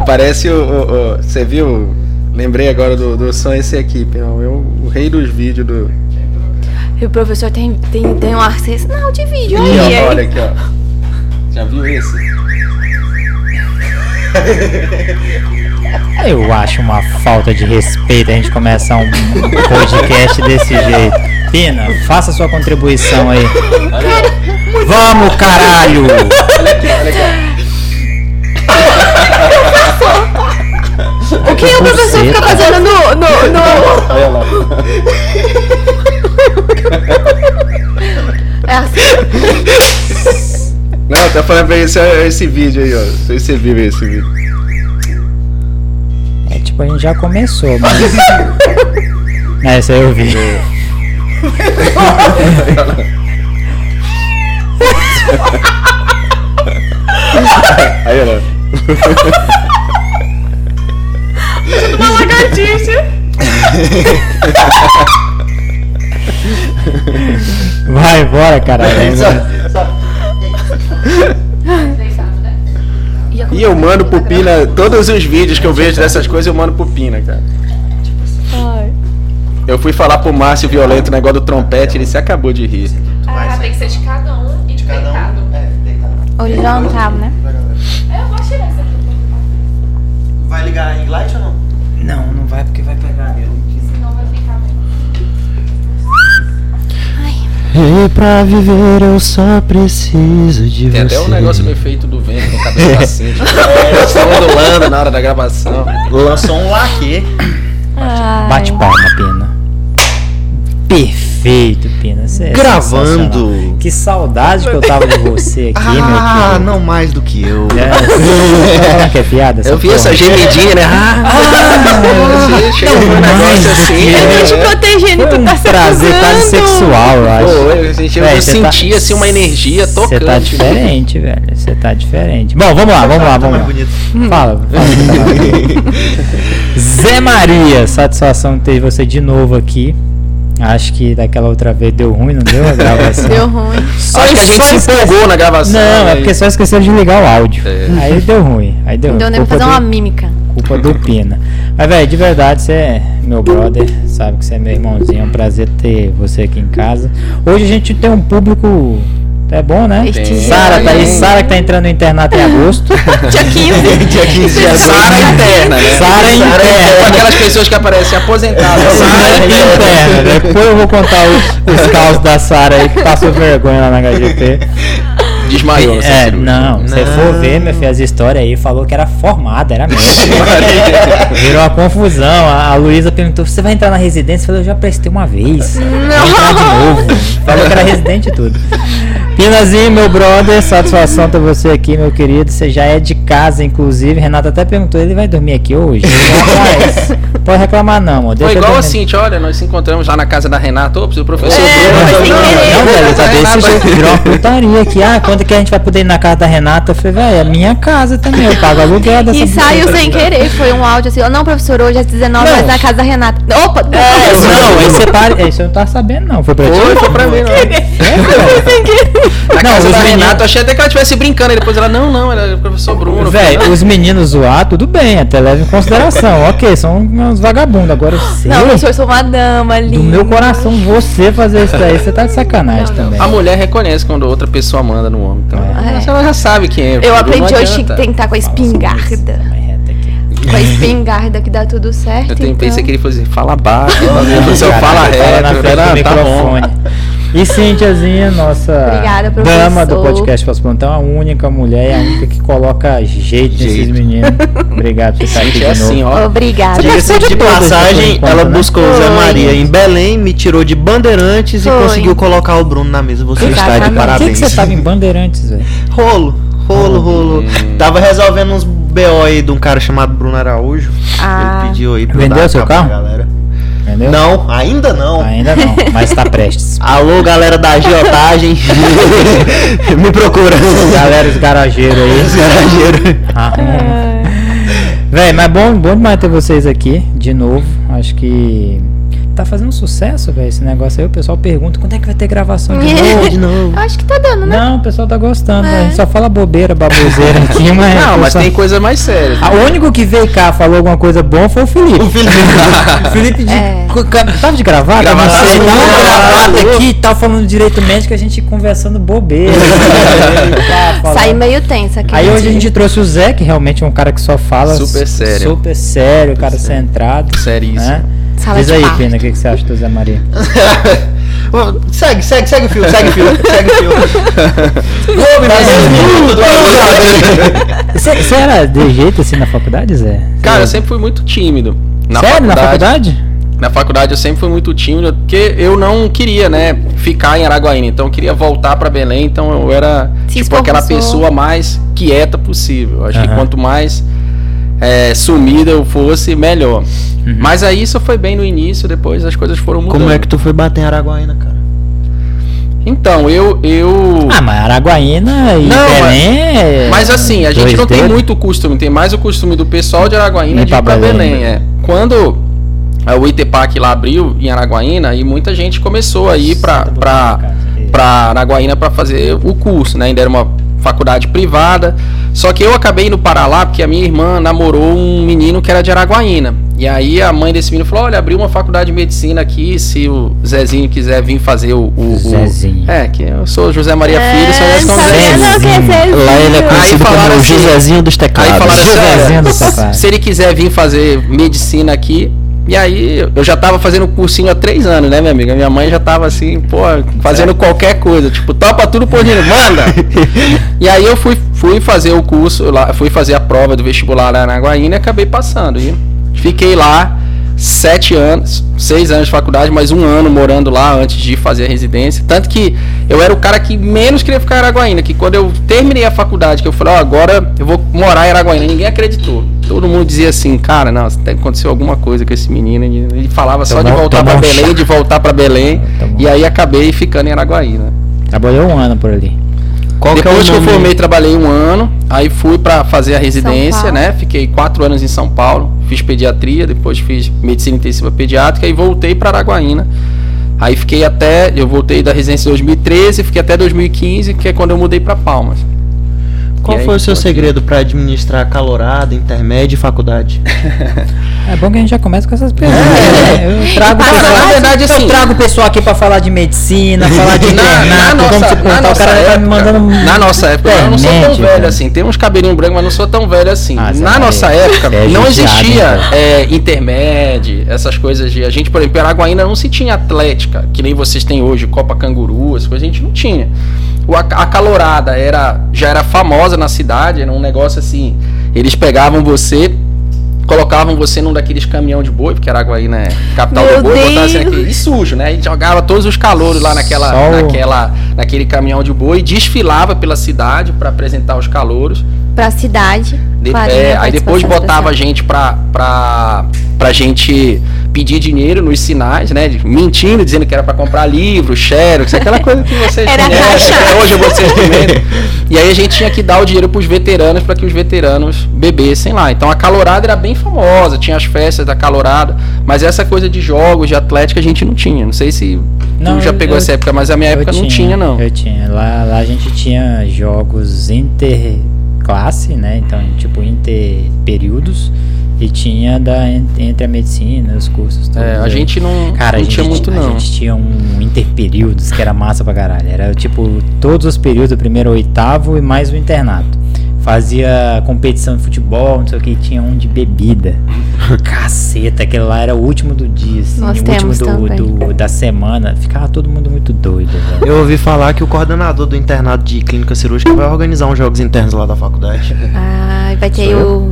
parece você viu? Lembrei agora do som esse aqui, o rei dos vídeos do... E o professor tem um arsenal de vídeo aí. Aí. Olha aqui, ó. Já viu esse? Eu acho uma falta de respeito a gente começar um podcast desse jeito. Pina, faça sua contribuição aí. Vamos, caralho! Olha aqui. O que o professor fica fazendo no... Olha lá. É assim. Não, tá falando pra esse vídeo aí, ó. Não sei se você viu esse vídeo. É tipo, a gente já começou, mas... Esse aí eu vi. Aí, olha. Uma lagartixa. Vai embora, caralho. E eu mando pro Pina, todos os vídeos que eu vejo dessas coisas eu mando pro Pina, cara. Ai. Eu fui falar pro Márcio Violento o negócio do trompete, ele se acabou de rir. Tem que ser de cada um e de deitado. Deitado. Horizontal, né? Eu vou tirar essa aqui. Vai ligar em light ou não? Não vai porque vai pegar mesmo. Senão vai ficar mesmo. E pra viver eu só preciso de Tem você. até um negócio do efeito do vento no cabelo da Cintia. Estão ondulando na hora da gravação. Lançou um laque. Bate palma, Pina. Perfeito, Pina. Você é Gravando. sensacional. Que saudade que eu tava de você aqui, meu querido. Não mais do que eu. Tá falando que é piada? Eu vi porra? essa gemidinha, né? Chegou um negócio assim. Eu tô te protegendo e tu tá se prazer quase acusando. sexual, eu acho. Pô, eu Véi, senti assim uma energia tocante. Você tá diferente, velho. Você tá diferente. Bom, vamos lá. Mais bonito. Fala. Zé Maria, satisfação de ter você de novo aqui. Acho que daquela outra vez deu ruim, não deu a gravação? Deu ruim. Acho que a gente se empolgou na gravação. Não, né? é porque só esqueceram de ligar o áudio. É. Aí deu ruim. Não deu nem pra fazer uma mímica. Culpa do Pina. Mas, velho, de verdade, você é meu brother. Sabe que você é meu irmãozinho. É um prazer ter você aqui em casa. Hoje a gente tem um público... É bom, né? Sara tá aí. Sara que tá entrando no internato em agosto. Dia 15. Dia 15 de agosto. Sara interna, né? Sara interna. Aquelas pessoas que aparecem aposentadas. Sara interna. Depois eu vou contar os causos da Sara aí que passou vergonha lá na HGP. Desmaiou. Não, você for ver, meu filho, as histórias aí, falou que era formada, era médica. Virou uma confusão. A Luísa perguntou: você vai entrar na residência? Eu falei: eu já prestei uma vez. Vou entrar de novo. Falou que era residente e tudo. Pinazinho, meu brother, satisfação ter você aqui, meu querido. Você já é de casa, inclusive. Renata até perguntou: ele vai dormir aqui hoje? Rapaz, pode reclamar não, amor. Foi igual assim, olha, nós se encontramos lá na casa da Renata. Ops, o professor Bruno. Não, velho, tá desse jeito. Virou uma putaria aqui. Quando que a gente vai poder ir na casa da Renata? Eu falei: velho, é minha casa também. Eu pago aluguel dessa. E saiu sem querer. Foi um áudio assim: não, professor, hoje às 19 horas na casa da Renata. Opa! Não, aí você para. Isso eu não tava sabendo, não. Foi pra ti? Foi pra mim, não. Foi sem querer. Na Não, casa os da meninos- Renata, eu achei até que ela estivesse brincando. Aí depois ela, não, era o professor Bruno. Velho, os meninos zoar, tudo bem, até leva em consideração. Ok, são uns vagabundos. Agora você, Não, professor, eu sou uma dama linda. do meu coração, você fazer isso daí, você tá de sacanagem também. A mulher reconhece quando outra pessoa manda no homem. Então, ela já sabe quem é. Eu Não aprendi hoje adianta. que tem que estar com a espingarda. Mais reta aqui. Com a espingarda que dá tudo certo. Eu pensei então. que ele fosse fala baixo. Se eu Caralho, fala fala na reto, frente do tá bom. microfone. E Cíntiazinha, nossa Obrigada, professor. dama do podcast Posso Plantão, a única mulher e a única que coloca jeito nesses meninos. Obrigado por estar aqui de Gente, é novo. assim, ó. Obrigada. Diga-se de todas, passagem, por enquanto, ela né? buscou o Zé Foi. Maria em Belém, me tirou de Bandeirantes e Foi. conseguiu colocar o Bruno na mesa. Você está de Exatamente. Por que parabéns. você tava em Bandeirantes, velho? Rolo. Tava resolvendo uns BO aí de um cara chamado Bruno Araújo. Ah. Ele pediu aí pra eu Vendeu dar a seu capa carro? pra galera. Entendeu? Não, ainda não. Ainda não, mas tá prestes. Alô, galera da agiotagem. Me procura. Galera, os garageiros aí. Os garageiros. Véi, mas bom demais ter vocês aqui de novo. Acho que tá fazendo sucesso, velho, esse negócio aí. O pessoal pergunta quando é que vai ter gravação de novo. Eu acho que tá dando, né? Não, o pessoal tá gostando, velho. A gente só fala bobeira, baboseira aqui, mas... Não, mas pessoal... tem coisa mais séria. O único que veio cá falou alguma coisa boa foi o Felipe. O Felipe tava de gravata? Gravata, Não sei, não, gravata aqui e tal, falando direito médico, a gente conversando bobeira. Saí meio tensa aqui. Aí hoje a gente trouxe o Zé, que realmente é um cara que só fala super sério. Super sério, cara centrado. Seríssimo. Né? Sala Diz de aí, parto. Pena, o que você acha do Zé Maria? Segue o fio. Você era de jeito assim na faculdade, Zé? Cara, eu sempre fui muito tímido. Sério? Na faculdade? Na faculdade eu sempre fui muito tímido, porque eu não queria, né, ficar em Araguaína. Então eu queria voltar pra Belém, então eu era tipo aquela pessoa mais quieta possível. Acho que quanto mais sumida eu fosse, melhor. Mas aí isso foi bem no início, depois as coisas foram mudando. Como é que tu foi bater em Araguaína, cara? Então, eu... Ah, mas Araguaína e Belém... Mas assim, a gente não tem muito costume, tem mais o costume do pessoal de Araguaína de ir pra Belém. Quando o Itepac lá abriu em Araguaína, e muita gente começou a ir pra Araguaína pra fazer o curso, né? Ainda era uma faculdade privada, só que eu acabei indo parar lá porque a minha irmã namorou um menino que era de Araguaína. E aí a mãe desse menino falou, olha, abriu uma faculdade de medicina aqui, se o Zezinho quiser vir fazer o Zezinho. que eu sou José Maria Filho, só é Zezinho. Lá ele é conhecido como o Josézinho dos Teclados. Aí falaram assim, se ele quiser vir fazer medicina aqui. E aí, eu já tava fazendo cursinho há 3 anos, né, minha amiga? Minha mãe já tava assim, pô, fazendo qualquer coisa. Tipo, topa tudo por dinheiro, manda! E aí eu fui fazer o curso, lá, fui fazer a prova do vestibular lá na Araguaína e acabei passando. E fiquei lá 6 anos de faculdade, mais 1 ano morando lá antes de fazer a residência. Tanto que eu era o cara que menos queria ficar em Araguaína, que quando eu terminei a faculdade, que eu falei, agora eu vou morar em Araguaína, ninguém acreditou. Todo mundo dizia assim, cara, não, aconteceu alguma coisa com esse menino. Ele falava só de voltar pra Belém, de voltar pra Belém. E aí acabei ficando em Araguaína. Trabalhou 1 ano por ali. Depois que eu formei, trabalhei 1 ano. Aí fui pra fazer a residência, né? Fiquei 4 anos em São Paulo. Fiz pediatria, depois fiz medicina intensiva pediátrica e voltei pra Araguaína. Aí fiquei eu voltei da residência em 2013, fiquei até 2015, que é quando eu mudei pra Palmas. Qual foi o seu segredo para administrar calorada, intermédio e faculdade? É bom que a gente já começa com essas perguntas. Eu trago na verdade, assim, eu trago o pessoal aqui para falar de medicina, falar de na nossa época, eu não sou tão velho assim. Tem uns cabelinhos brancos, mas não sou tão velho assim. Na nossa época, não existia intermédio, essas coisas de... A gente, por exemplo, em Araguaína não se tinha atlética, que nem vocês têm hoje, Copa Canguru, essas coisas a gente não tinha. A calorada já era famosa na cidade, era um negócio assim, eles pegavam você, colocavam você num daqueles caminhão de boi, porque Araguaína é capital do boi, botavam assim aqui, e sujo, né? E jogava todos os calouros lá naquele caminhão de boi, desfilava pela cidade para apresentar os calouros. Pra cidade. Aí depois botava a gente pra gente pedir dinheiro nos sinais, né? Mentindo, dizendo que era pra comprar livro, xerox, aquela coisa que vocês conhecem, até hoje vocês comentam. E aí a gente tinha que dar o dinheiro pros veteranos para que os veteranos bebessem lá. Então a calorada era bem famosa, tinha as festas da calorada, mas essa coisa de jogos, de atlética a gente não tinha. Não sei se tu já pegou essa época, mas a minha época não tinha, não. Eu tinha. Lá a gente tinha jogos interclasse, né? Então, tipo, interperíodos. E tinha entre a medicina, os cursos todos. A gente não tinha muito, não. A gente tinha um interperíodos que era massa pra caralho. Era, tipo, todos os períodos, do 1º ao 8º e mais o internato. Fazia competição de futebol, não sei o que, tinha um de bebida. Caceta, aquele lá era o último do dia, assim, o último da semana. Ficava todo mundo muito doido, velho. Eu ouvi falar que o coordenador do internato de clínica cirúrgica vai organizar uns jogos internos lá da faculdade. Vai ter o...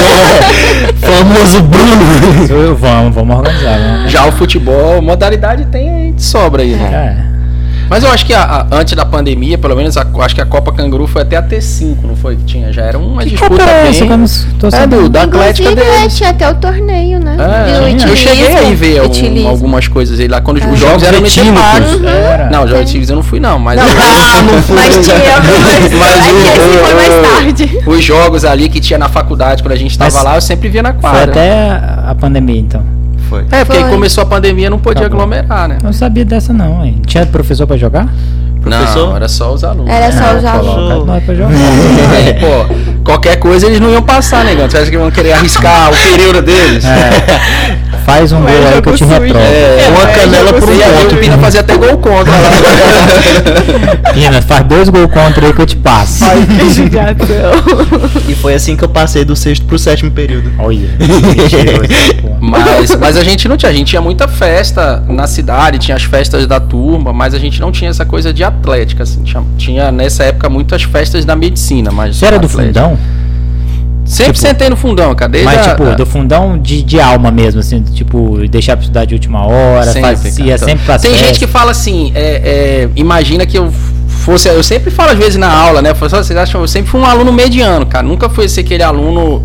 famoso Bruno. Vamos organizar. Já o futebol, modalidade tem de sobra aí, né? Mas eu acho que antes da pandemia, pelo menos, acho que a Copa Canguru foi até a T5, não foi? Que tinha? Já era uma disputa bem... da Atlética deles. Tinha até o torneio, né? Eu cheguei aí ver algumas coisas aí lá, quando os jogos eram meio pagos. Não, os jogos etílicos eu não fui, não. Mas não fui. Mas tinha esse foi mais tarde. Os jogos ali que tinha na faculdade, quando a gente tava lá, eu sempre via na quadra. Foi até a pandemia, então. Foi. É, porque aí Foi. começou a pandemia, não podia Acabou. aglomerar, né? Não sabia dessa não, hein? Tinha professor pra jogar? Professor? Não, era só os alunos. Era só os Coloca alunos. nós pra jogar. Aí, pô, qualquer coisa eles não iam passar, negão. Você acha que vão querer arriscar o período deles? Faz um gol aí que eu te reprovo. Uma canela pro E aí o outro. Pina fazia até gol contra lá. Pina, faz 2 gols contra aí que eu te passo. E foi assim que eu passei do 6º pro 7º período. Olha, mentiroso, pô. Mas a gente não tinha. A gente tinha muita festa na cidade, tinha as festas da turma, mas a gente não tinha essa coisa de atlética, assim. Tinha nessa época muitas festas da medicina, mas. Você era do atlética. fundão? Sempre Tipo, sentei no fundão, cara. Desde Mas, a- tipo, do fundão de alma mesmo, assim, tipo, deixar pra estudar de última hora, Sempre, fazia cara. sempre pra Tem gente que fala assim, imagina que eu fosse. Eu sempre falo às vezes na aula, né? Vocês acham, eu sempre fui um aluno mediano, cara. Nunca fui ser aquele aluno.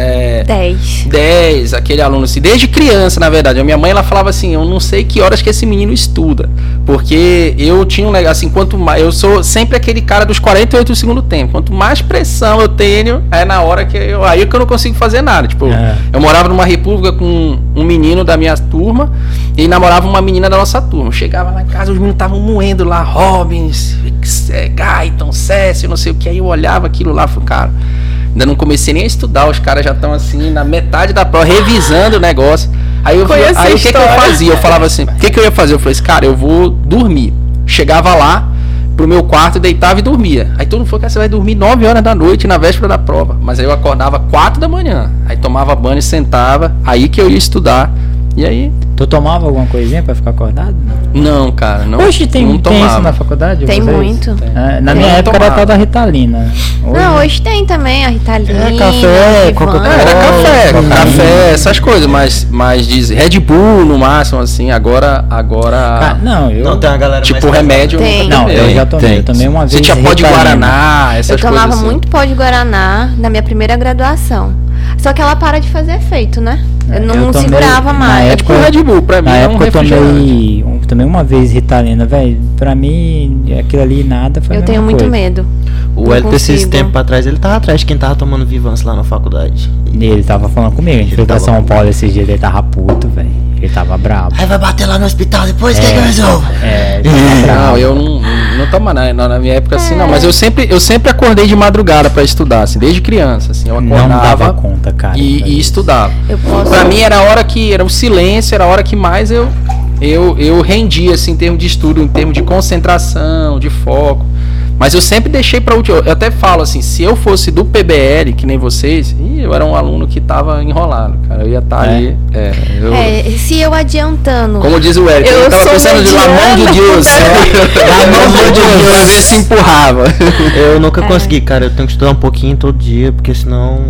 10, aquele aluno assim, desde criança, na verdade. A minha mãe, ela falava assim, eu não sei que horas que esse menino estuda, porque eu tinha um negócio assim, quanto mais, eu sou sempre aquele cara dos 48 do segundo tempo, quanto mais pressão eu tenho, é na hora que aí que eu não consigo fazer nada, tipo, eu morava numa república com um menino da minha turma, e namorava uma menina da nossa turma, eu chegava lá em casa, os meninos estavam moendo lá, Robbins, Guyton, Cécio, não sei o que, aí eu olhava aquilo lá, falei, cara, ainda não comecei nem a estudar, os caras já estão assim, na metade da prova, revisando o negócio. Aí o que eu fazia? Eu falava assim, o que eu ia fazer? Eu falei assim, cara, eu vou dormir. Chegava lá pro meu quarto, deitava e dormia. Aí todo mundo falou, cara, você vai dormir 9 horas da noite na véspera da prova. Mas aí eu acordava 4 da manhã. Aí tomava banho e sentava, aí que eu ia estudar. E aí? Tu tomava alguma coisinha pra ficar acordado? Não, cara, não. Hoje tem não isso tomava. na faculdade? Tem vocês? muito. Na minha época era a tal da Ritalina. Não, hoje tem também a Ritalina. café, Coca-Cola. Era café, essas coisas, mas diz Red Bull no máximo, assim, agora. Não, eu. Não, tem uma galera Tipo, mais remédio. Tem. Não, eu já tomei. Eu tomei uma vez. Você tinha pó de Ritalina. Guaraná, essas Eu coisas. tomava assim. muito pó de Guaraná na minha primeira graduação. Só que ela para de fazer efeito, né? Eu não eu tomei- segurava na mais. É tipo Red Bull, pra mim Na é um época eu refrigerante. tomei uma vez Ritalina, velho. Pra mim, aquilo ali nada foi a Eu mesma tenho muito coisa. medo. O Não Hélio, esses consigo. tempos atrás, ele tava atrás de quem tava tomando Vivance lá na faculdade. E ele tava falando comigo, a gente foi pra tava São Paulo esses dias, ele tava puto, velho. Ele tava brabo. Aí vai bater lá no hospital depois, que eu resolvo? Ele tava brabo. Não, eu não tomava na minha época assim, não. Mas eu sempre acordei de madrugada pra estudar, assim, desde criança, assim. Eu Não dava acordava conta, cara. e estudava. Eu posso. Pra mim era a hora que era o silêncio, era a hora que mais eu rendia, assim, em termos de estudo, em termos de concentração, de foco. Mas eu sempre deixei pra última. Eu até falo assim, se eu fosse do PBL, que nem vocês, eu era um aluno que tava enrolado, cara. Eu ia estar ali. Se eu adiantando. Como diz o Eric, Eu eu tava sou pensando de la mão de mediana. Deus. La mão de Deus. Às vezes se empurrava. Eu nunca consegui, cara. Eu tenho que estudar um pouquinho todo dia, porque senão.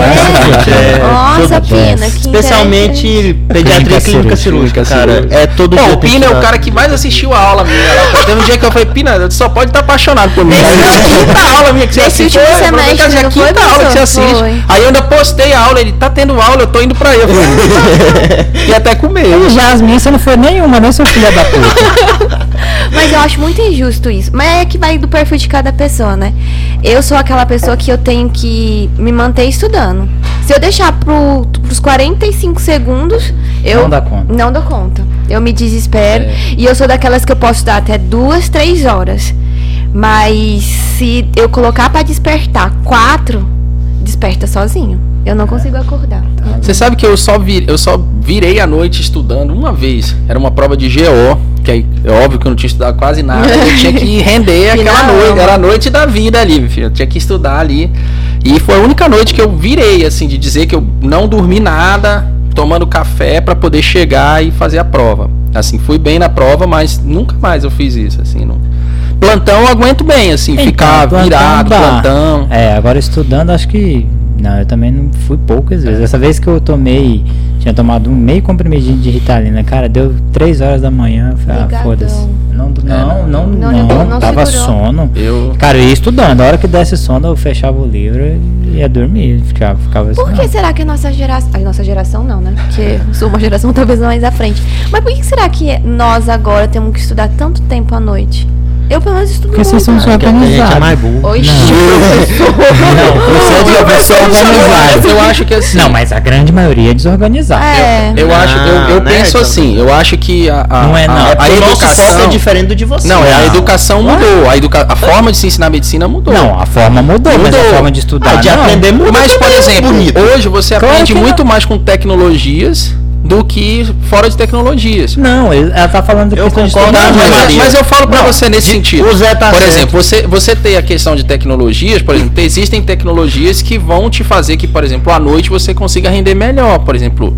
Nossa, tudo Pina, bem. que Especialmente pediatria e clínica cirúrgica, cara. É todo dia. O tem que Pina é o estudar. cara que mais assistiu a aula minha. Teve um dia que eu falei, Pina, você só pode estar apaixonado por mim. Aí, quinta aula minha que você Nesse assiste. último semestre, A não foi, quinta aula que você professor? assiste. Foi. Aí eu ainda postei a aula, ele tá tendo aula, eu tô indo pra ele. Eu falei, e até comer. Já as minhas você não foi nenhuma, né, seu filho da puta? Mas eu acho muito injusto isso. Mas é que vai do perfil de cada pessoa, né? Eu sou aquela pessoa que eu tenho que me manter estudando. Se eu deixar pros 45 segundos, eu Não dá conta. não dou conta. Eu me desespero. E eu sou daquelas que eu posso estudar até 2, 3 horas. Mas se eu colocar pra despertar 4, desperta sozinho. Eu não consigo acordar. Você sabe que eu só virei a noite estudando uma vez. Era uma prova de GO, que aí, é óbvio que eu não tinha estudado quase nada. Eu tinha que render aquela Final. noite. Era a noite da vida ali, meu filho. Eu tinha que estudar ali. E foi a única noite que eu virei, assim, de dizer que eu não dormi nada, tomando café pra poder chegar e fazer a prova. Assim, fui bem na prova, mas nunca mais eu fiz isso, assim, não. Plantão eu aguento bem, assim, Então, ficar plantão virado, dá. plantão. Agora estudando, acho que. Não, eu também não fui poucas vezes. Essa vez que eu tinha tomado um meio comprimidinho de Ritalina, cara, deu 3 horas da manhã. Eu falei, Ligadão. foda-se. Não, tava segurou. sono. Eu Cara, eu ia estudando. A hora que desse sono, eu fechava o livro e ia dormir. Ficava assim. Por que será que a nossa geração não, né? Porque eu sou uma geração talvez mais à frente. Mas por que será que nós agora temos que estudar tanto tempo à noite? Eu pelo menos estudo Porque vocês muito. são Porque a gente é desorganizados. mais burro. Oxi, Não, você é desorganizado. Eu acho que assim. Não, mas a grande maioria é desorganizada. Eu acho, eu né, penso então, assim, eu acho que Não é, não. a O nosso foco é educação. diferente do de você. Não, a Não. educação mudou. A forma de se ensinar medicina mudou. Não, a forma mudou, mas Mudou. a forma de estudar de não. aprender muito. Mas, por exemplo, bonito. hoje você Claro aprende que muito mais com tecnologias do que fora de tecnologias. Não, ela tá falando de Eu questão de concordo, estudar, mas- Maria. Mas eu falo pra você nesse sentido. o Zé tá Por certo. exemplo, você tem a questão de tecnologias, por exemplo, existem tecnologias que vão te fazer que, por exemplo, à noite você consiga render melhor. Por exemplo,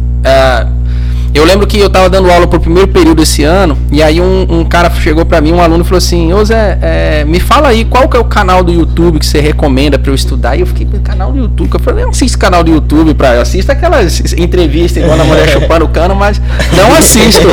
eu lembro que eu tava dando aula pro primeiro período esse ano, e aí um cara chegou pra mim, um aluno, e falou assim: ô Zé, me fala aí qual que é o canal do YouTube que você recomenda pra eu estudar. E eu fiquei, canal do YouTube? Eu falei, não assisto canal do YouTube, eu assisto aquelas entrevistas igual a mulher chupando o cano, mas não assisto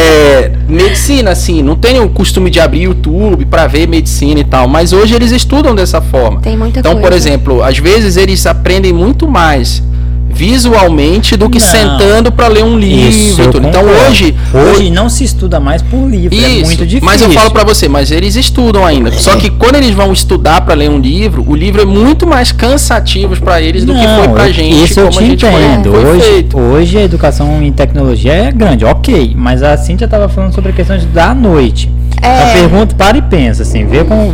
medicina, assim, não tenho o costume de abrir YouTube pra ver medicina e tal, mas hoje eles estudam dessa forma. Tem muita Então, coisa. por exemplo, às vezes eles aprendem muito mais visualmente do que Não. sentando pra ler um livro. Isso, eu tudo. Então concordo. hoje não se estuda mais por livro, é isso, muito difícil. mas eu falo pra você, mas eles estudam ainda. Só que quando eles vão estudar pra ler um livro, o livro é muito mais cansativo pra eles do que foi pra gente. Isso eu como te a gente entendo. foi feito. Hoje a educação em tecnologia é grande, ok. Mas a Cíntia estava falando sobre a questão de estudar à noite. É. Eu pergunto, para e pensa, assim,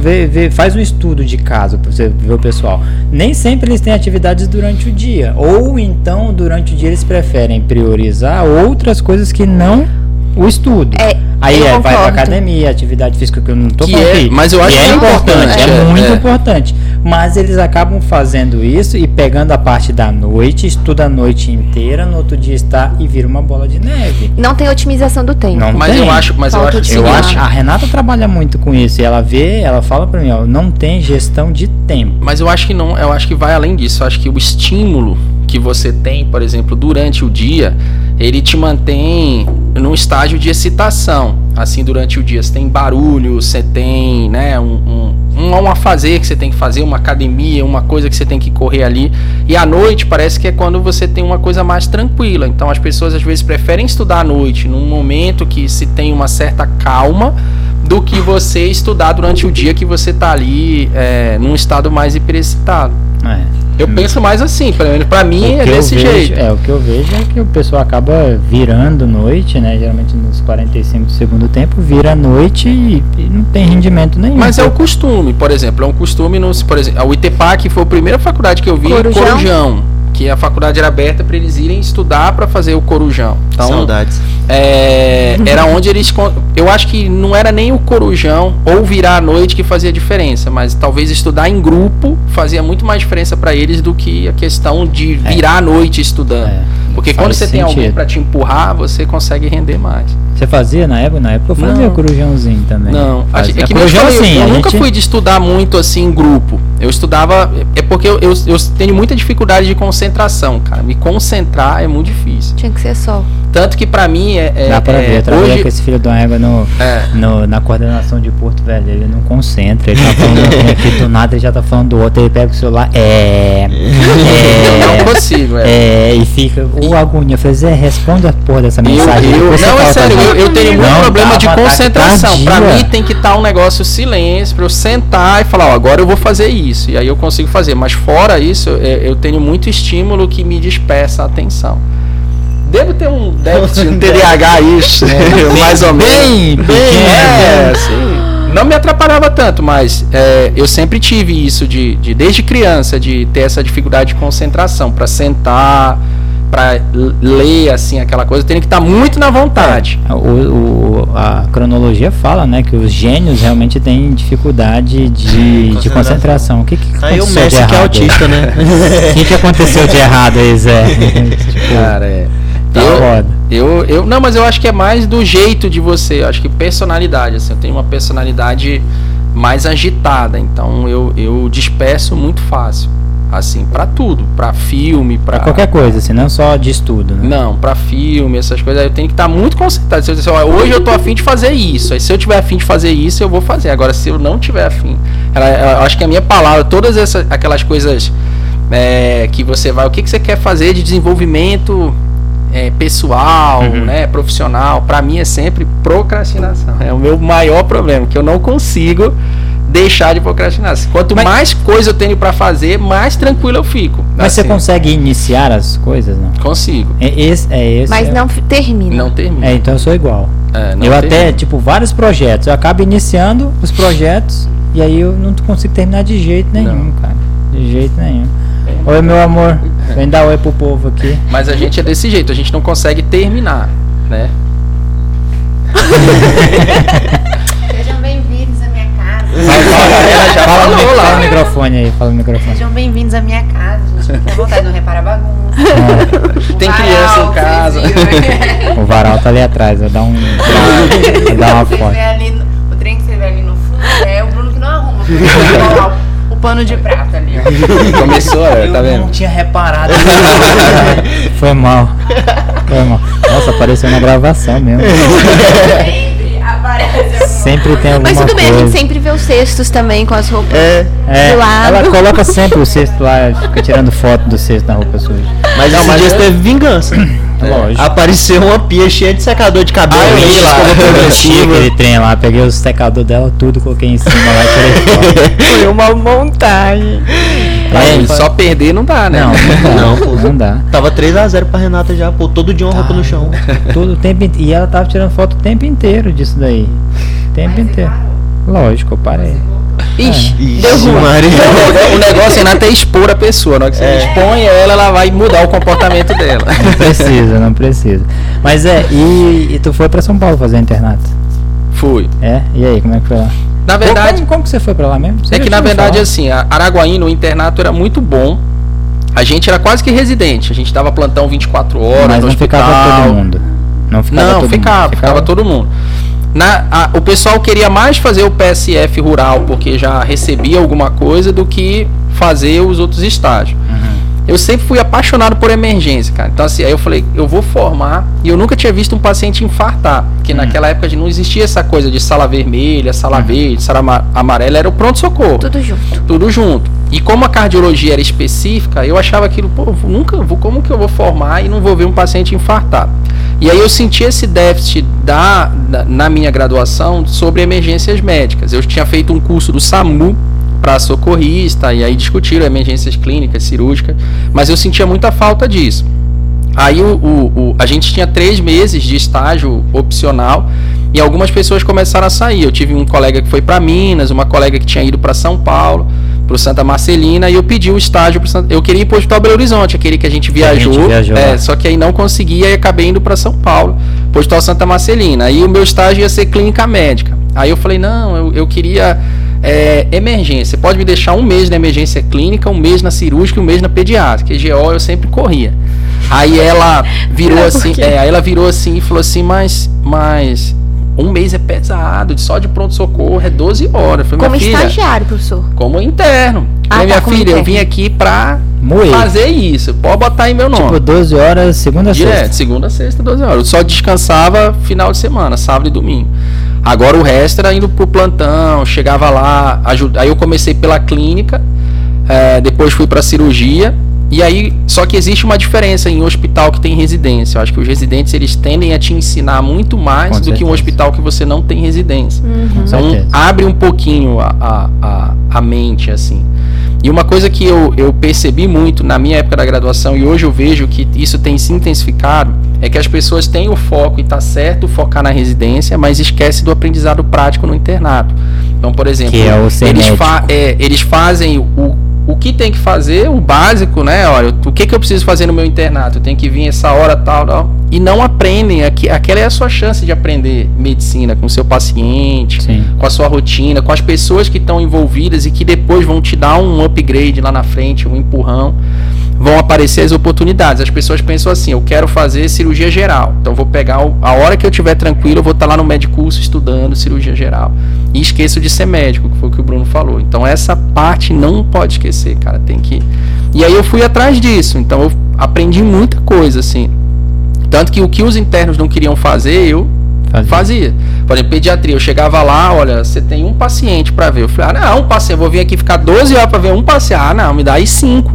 faz um estudo de caso para você ver o pessoal. Nem sempre eles têm atividades durante o dia. Ou então, durante o dia, eles preferem priorizar outras coisas que não o estudo. Aí eu vai pra concordo. academia, atividade física que eu não tô Que falando é- aqui. mas eu acho que que é é importante, importante, é muito é. importante. Mas eles acabam fazendo isso e pegando a parte da noite, estuda a noite inteira, no outro dia está e vira uma bola de neve. Não tem otimização do tempo. Não Mas tem. eu acho, Falta de assim, Eu Sim, acho, a Renata trabalha muito com isso e ela fala pra mim, ó, não tem gestão de tempo. Mas eu acho que não, eu acho que vai além disso. Eu acho que o estímulo que você tem, por exemplo, durante o dia, ele te mantém num estágio de excitação. Assim, durante o dia, você tem barulho, você tem, né, um a fazer que você tem que fazer, uma academia, uma coisa que você tem que correr ali. E à noite parece que é quando você tem uma coisa mais tranquila. Então as pessoas às vezes preferem estudar à noite, num momento que se tem uma certa calma, do que você estudar durante o dia que você tá ali num estado mais hiperexcitado. Eu penso mais assim, pelo menos pra mim é desse jeito. O que eu vejo é que o pessoal acaba virando noite, né? Geralmente nos 45 do segundo tempo, vira noite e não tem rendimento nenhum. Mas é o costume, por exemplo, é um costume, por exemplo, a UITEPAC foi a primeira faculdade que eu vi em Corujão, que a faculdade era aberta para eles irem estudar para fazer o Corujão. Então, Saudades. Era onde eles, eu acho que não era nem o Corujão ou virar à noite que fazia diferença, mas talvez estudar em grupo fazia muito mais diferença para eles do que a questão de virar à noite estudando. Porque quando você tem alguém para te empurrar, você consegue render mais. Você fazia na época? Na época eu fazia Não. Corujãozinho também. Não, Fazia. é que Corujão, nem eu falei, sim, eu a nunca gente- fui de estudar muito assim em grupo. Eu estudava, é porque eu tenho muita dificuldade de concentração, cara. Me concentrar é muito difícil. Tinha que ser só. Tanto que pra mim Dá pra ver, eu trabalhei hoje com esse filho de uma égua na coordenação de Porto Velho. Ele não concentra, ele tá falando aqui do nada, ele já tá falando do outro, ele pega o celular, eu não consigo. e fica, o agonia, eu falei, Zé, responde a porra dessa mensagem. Depois você Não, é fala sério, pra gente. eu tenho muito Não, problema dá de uma concentração. Pra taquicardia. mim tem que estar um negócio silêncio, pra eu sentar e falar, ó, agora eu vou fazer isso. E aí eu consigo fazer. Mas fora isso, eu tenho muito estímulo que me dispersa a atenção. Devo ter um déficit, um TDAH isso, mais ou menos. Bem pequeno. Assim, não me atrapalhava tanto, mas eu sempre tive isso desde criança, de ter essa dificuldade de concentração, pra sentar, pra ler, assim, aquela coisa, eu tenho que estar muito na vontade. A cronologia fala, né, que os gênios realmente têm dificuldade de concentração. O que Aí o aconteceu Messi de que é errado? autista, né? O que aconteceu de errado aí, Zé? Tipo, Cara, tá foda. Não, mas eu acho que é mais do jeito de você. Eu acho que personalidade, assim, eu tenho uma personalidade mais agitada, então eu disperso muito fácil, assim, pra tudo, pra filme, pra Qualquer coisa, assim, não só de estudo, né? Não, pra filme, essas coisas, eu tenho que estar muito concentrado. Se eu disser, hoje eu tô afim de fazer isso, aí se eu tiver afim de fazer isso, eu vou fazer. Agora, se eu não tiver afim, eu acho que a minha palavra, todas aquelas coisas que você vai, o que você quer fazer de desenvolvimento pessoal, né, profissional, pra mim é sempre procrastinação. É o meu maior problema, que eu não consigo deixar de procrastinar. Quanto mais coisa eu tenho pra fazer, mais tranquilo eu fico. Mas assim, você consegue iniciar as coisas, não? Consigo. Mas não termina. Não termina. Então eu sou igual. Não eu termina. até, tipo, vários projetos. Eu acabo iniciando os projetos e aí eu não consigo terminar de jeito nenhum, cara. De jeito nenhum. Oi, meu amor. Vem dar oi pro povo aqui. Mas a gente é desse jeito, a gente não consegue terminar, né? Sejam bem-vindos à minha casa. Fala no microfone aí, fala no microfone. Sejam bem-vindos à minha casa, gente. Fica à vontade, não repara a bagunça. Tem criança em casa. O varal tá ali atrás, vou dar uma foto. O trem que você vê ali no fundo é o Bruno que não arruma. Porque ele coloca o pano de prata ali, ó. Começou, tá vendo? Eu não tinha reparado. Foi mal. Nossa, apareceu na gravação mesmo. Sempre aparece. Sempre tem alguma coisa. Mas tudo bem, a gente sempre vê os cestos também com as roupas do lado. Ela coloca sempre o cesto lá, fica tirando foto do cesto na roupa suja. Mas esse dia teve vingança. Lógico. Apareceu uma pia cheia de secador de cabelo. Eu tinha aquele trem lá, peguei os secadores dela, tudo, coloquei em cima lá e tirei foto. Foi uma montagem. Só perder não dá, né? Não dá. Tava 3-0 pra Renata já, pô, todo dia uma roupa no chão. Todo o tempo e ela tava tirando foto o tempo inteiro disso daí. O tempo inteiro. Lógico, eu parei. Ixi, deu ruim. O negócio é até expor a pessoa, na hora que você expõe ela vai mudar o comportamento dela. Não precisa. Mas e tu foi pra São Paulo fazer internato? Fui. E aí, como é que foi lá? Na verdade, como que você foi pra lá mesmo? Você é que na verdade assim, a Araguaína, o internato era muito bom. A gente era quase que residente, a gente dava plantão 24 horas. Mas no não hospital. ficava todo mundo. Ficava todo mundo. O pessoal queria mais fazer o PSF rural porque já recebia alguma coisa do que fazer os outros estágios. Eu sempre fui apaixonado por emergência, cara. Então assim, aí eu falei, eu vou formar, e eu nunca tinha visto um paciente infartar, porque naquela época não existia essa coisa de sala vermelha, sala verde, sala amarela, era o pronto-socorro. Tudo junto. E como a cardiologia era específica, eu achava aquilo, como que eu vou formar e não vou ver um paciente infartar? E aí eu senti esse déficit na minha graduação sobre emergências médicas. Eu tinha feito um curso do SAMU para socorrista, e aí discutiram emergências clínicas, cirúrgicas, mas eu sentia muita falta disso. Aí a gente tinha 3 meses de estágio opcional e algumas pessoas começaram a sair. Eu tive um colega que foi para Minas, uma colega que tinha ido para São Paulo, para o Santa Marcelina, e eu pedi o estágio eu queria ir para o Hospital Belo Horizonte, aquele que a gente viajou, só que aí não conseguia e acabei indo para São Paulo, para o Hospital Santa Marcelina. Aí o meu estágio ia ser clínica médica. Aí eu falei, não, eu queria emergência. Você pode me deixar 1 mês na emergência clínica, 1 mês na cirúrgica e 1 mês na pediátrica. E GO eu sempre corria. Aí ela virou assim e falou assim, mas 1 mês é pesado, só de pronto-socorro é 12 horas. Falei, como estagiário, professor? Como interno. Falei, minha filha, interno. Eu vim aqui pra fazer isso. Pode botar aí meu nome. Tipo, 12 horas, segunda a sexta? Direto, segunda a sexta, 12 horas. Eu só descansava final de semana, sábado e domingo. Agora o resto era indo pro plantão, chegava lá, aí eu comecei pela clínica, depois fui pra cirurgia. E aí, só que existe uma diferença em um hospital que tem residência. Eu acho que os residentes, eles tendem a te ensinar muito mais do que um hospital que você não tem residência. Então, abre um pouquinho a mente, assim. E uma coisa que eu percebi muito na minha época da graduação, e hoje eu vejo que isso tem se intensificado, é que as pessoas têm o foco, e tá certo focar na residência, mas esquece do aprendizado prático no internato. Então, por exemplo, que é o eles fazem o que tem que fazer, o básico, né? Olha, o que eu preciso fazer no meu internato? Eu tenho que vir essa hora, tal. E não aprendem. Aquela é a sua chance de aprender medicina com o seu paciente, com a sua rotina, com as pessoas que estão envolvidas e que depois vão te dar um upgrade lá na frente, um empurrão. Vão aparecer as oportunidades. As pessoas pensam assim, eu quero fazer cirurgia geral. Então vou pegar, a hora que eu estiver tranquilo, eu vou estar lá no Medicurso estudando cirurgia geral. E esqueço de ser médico, que foi o que o Bruno falou. Então essa parte não pode esquecer, cara. Tem que... E aí eu fui atrás disso. Então eu aprendi muita coisa, assim. Tanto que o que os internos não queriam fazer, eu fazia. Por exemplo, pediatria, eu chegava lá, olha, você tem um paciente para ver. Eu falei, não, um paciente, eu vou vir aqui ficar 12 horas para ver um paciente. Não, me dá aí 5.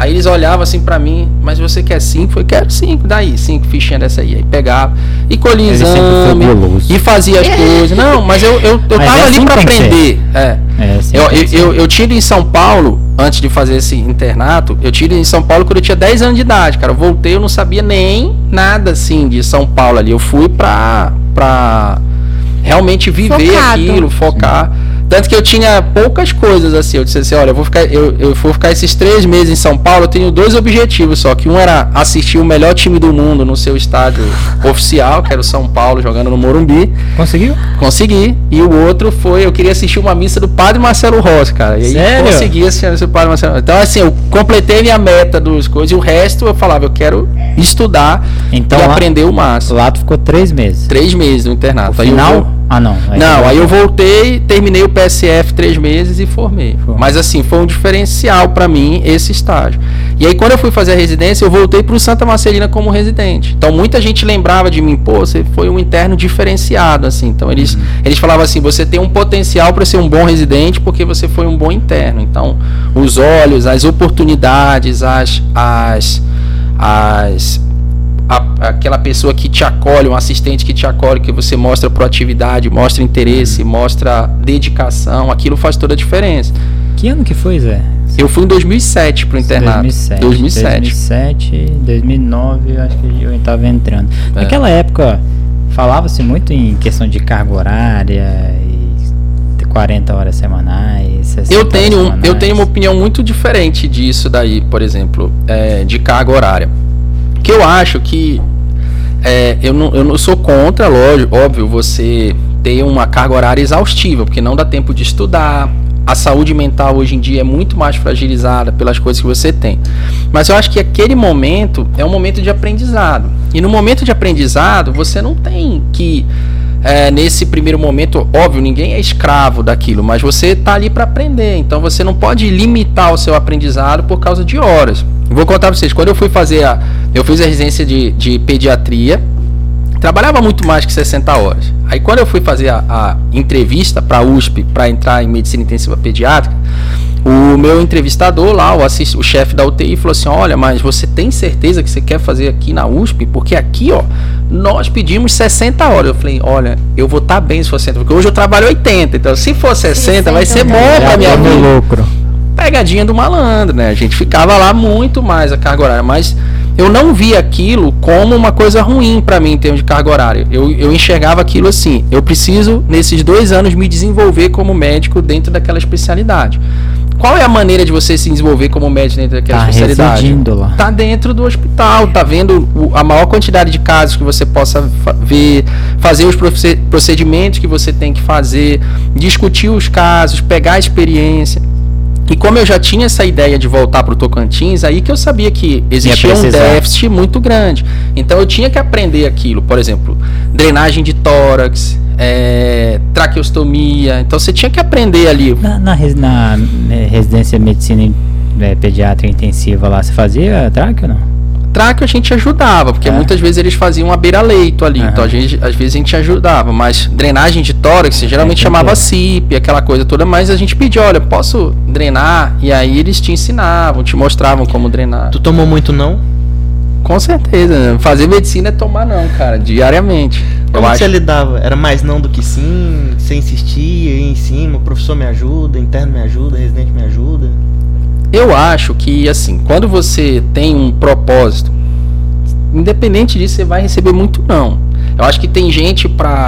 Aí eles olhavam assim pra mim, mas você quer 5? Eu falei, quero 5, daí, 5 fichinhas dessa aí. Aí pegava e colhia Ele sempre foi exame guloso. e fazia as coisas. Não, mas eu Mas tava é ali assim pra que tem que aprender. assim tem que ser. Eu tinha ido em São Paulo, antes de fazer esse internato, eu tinha ido em São Paulo quando eu tinha 10 anos de idade, cara. Eu voltei, eu não sabia nem nada, assim, de São Paulo ali. Eu fui pra realmente viver Focado. aquilo, focar. Tanto que eu tinha poucas coisas, assim. Eu disse assim, olha, eu vou ficar esses 3 meses em São Paulo, eu tenho 2 objetivos só. Que um era assistir o melhor time do mundo no seu estádio oficial, que era o São Paulo, jogando no Morumbi. Conseguiu? Consegui. E o outro foi, eu queria assistir uma missa do Padre Marcelo Rossi, cara. E aí Sério? consegui assistir a missa do Padre Marcelo Rossi. Então, assim, eu completei minha meta dos coisas. E o resto eu falava, eu quero estudar Então, e lá- aprender o máximo. Lá tu ficou 3 meses. 3 meses no internato. Aí eu Final? vou- Ah, não. Não, aí eu voltei, terminei o PSF 3 meses e formei. Formou. Mas assim, foi um diferencial pra mim esse estágio. E aí quando eu fui fazer a residência, eu voltei pro Santa Marcelina como residente. Então muita gente lembrava de mim, pô, você foi um interno diferenciado, assim. Então eles falavam assim, você tem um potencial para ser um bom residente porque você foi um bom interno. Então, os olhos, as oportunidades, aquela pessoa que te acolhe, um assistente que te acolhe, que você mostra proatividade, mostra interesse, mostra dedicação, aquilo faz toda a diferença. Que ano que foi, Zé? Eu fui em 2007 pro internato. 2007, 2009, eu acho que eu estava entrando. É. Naquela época, falava-se muito em questão de carga horária, e 40 horas semanais, 60 Eu horas tenho semanais. uma opinião muito diferente disso daí, por exemplo, de carga horária. Que eu acho que eu não sou contra, lógico, óbvio, você ter uma carga horária exaustiva, porque não dá tempo de estudar. A saúde mental hoje em dia é muito mais fragilizada pelas coisas que você tem. Mas eu acho que aquele momento é um momento de aprendizado. E no momento de aprendizado, você não tem que nesse primeiro momento, óbvio, ninguém é escravo daquilo, mas você está ali para aprender. Então você não pode limitar o seu aprendizado por causa de horas. Vou contar para vocês, quando eu fui fazer eu fiz a residência de pediatria, trabalhava muito mais que 60 horas. Aí quando eu fui fazer a entrevista para a USP, para entrar em medicina intensiva pediátrica, o meu entrevistador lá, o chefe da UTI, falou assim, olha, mas você tem certeza que você quer fazer aqui na USP? Porque aqui, ó, nós pedimos 60 horas. Eu falei, olha, eu vou estar bem se for 60, porque hoje eu trabalho 80, então se for 60 vai ser bom pra minha no vida. lucro. Pegadinha do malandro, né? A gente ficava lá muito mais a carga horária, mas eu não via aquilo como uma coisa ruim pra mim em termos de carga horária. Eu enxergava aquilo assim, eu preciso nesses 2 anos me desenvolver como médico dentro daquela especialidade. Qual é a maneira de você se desenvolver como médico dentro daquela especialidade? Residindo lá. Tá dentro do hospital, tá vendo a maior quantidade de casos que você possa ver, fazer os procedimentos que você tem que fazer, discutir os casos, pegar a experiência. E como eu já tinha essa ideia de voltar para o Tocantins, aí que eu sabia que existia um déficit muito grande. Então eu tinha que aprender aquilo. Por exemplo, drenagem de tórax, traqueostomia. Então você tinha que aprender ali. Na residência de medicina pediátrica intensiva lá, você fazia traque ou não? Traque a gente ajudava, porque muitas vezes eles faziam a beira-leito ali, então às vezes a gente ajudava, mas drenagem de tórax geralmente chamava CIP, aquela coisa toda, mas a gente pedia, olha, posso drenar? E aí eles te ensinavam, te mostravam como drenar. Tu tomou muito não? Com certeza, né? Fazer medicina é tomar não, cara, diariamente. Como você lidava? Era mais não do que sim? Você insistia, ia em cima, o professor me ajuda, interno me ajuda, residente me ajuda? Eu acho que, assim, quando você tem um propósito, independente disso, você vai receber muito não. Eu acho que tem gente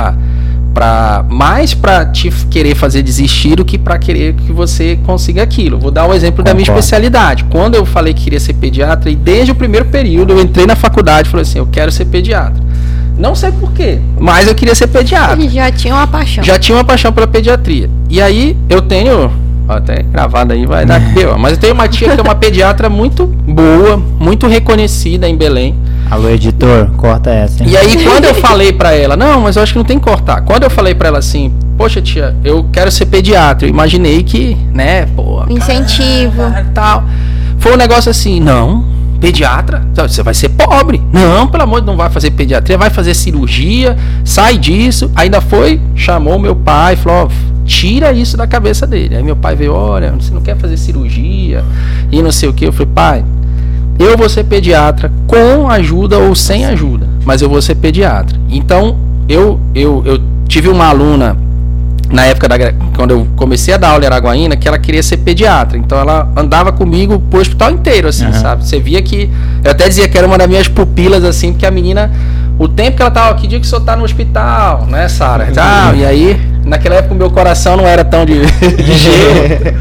mais pra te querer fazer desistir do que pra querer que você consiga aquilo. Vou dar o exemplo da minha especialidade. Quando eu falei que queria ser pediatra, e desde o primeiro período eu entrei na faculdade e falei assim, eu quero ser pediatra. Não sei porquê, mas eu queria ser pediatra. Ele já tinha uma paixão. Já tinha uma paixão pela pediatria. E aí eu tenho... até gravado aí vai dar B.O. Mas eu tenho uma tia que é uma pediatra muito boa, muito reconhecida em Belém. Alô, editor, corta essa, hein? E aí quando eu falei pra ela, não, mas eu acho que não tem que cortar. Quando eu falei pra ela assim, poxa tia, eu quero ser pediatra, eu imaginei que, né, pô, incentivo, tal. Foi um negócio assim, não, pediatra, você vai ser pobre. Não, pelo amor de Deus, não vai fazer pediatria, vai fazer cirurgia, sai disso. Ainda foi, chamou meu pai, falou, tira isso da cabeça dele. Aí meu pai veio, olha, você não quer fazer cirurgia e não sei o que. Eu falei, pai, eu vou ser pediatra com ajuda ou sem ajuda, mas eu vou ser pediatra. Então, eu tive uma aluna, na época, quando eu comecei a dar aula em Araguaína, que ela queria ser pediatra. Então, ela andava comigo pro hospital inteiro, assim, sabe? Você via que... Eu até dizia que era uma das minhas pupilas, assim, porque a menina... O tempo que ela tava, que dia que o senhor tá no hospital, né, Sara? E aí, naquela época o meu coração não era tão de gelo.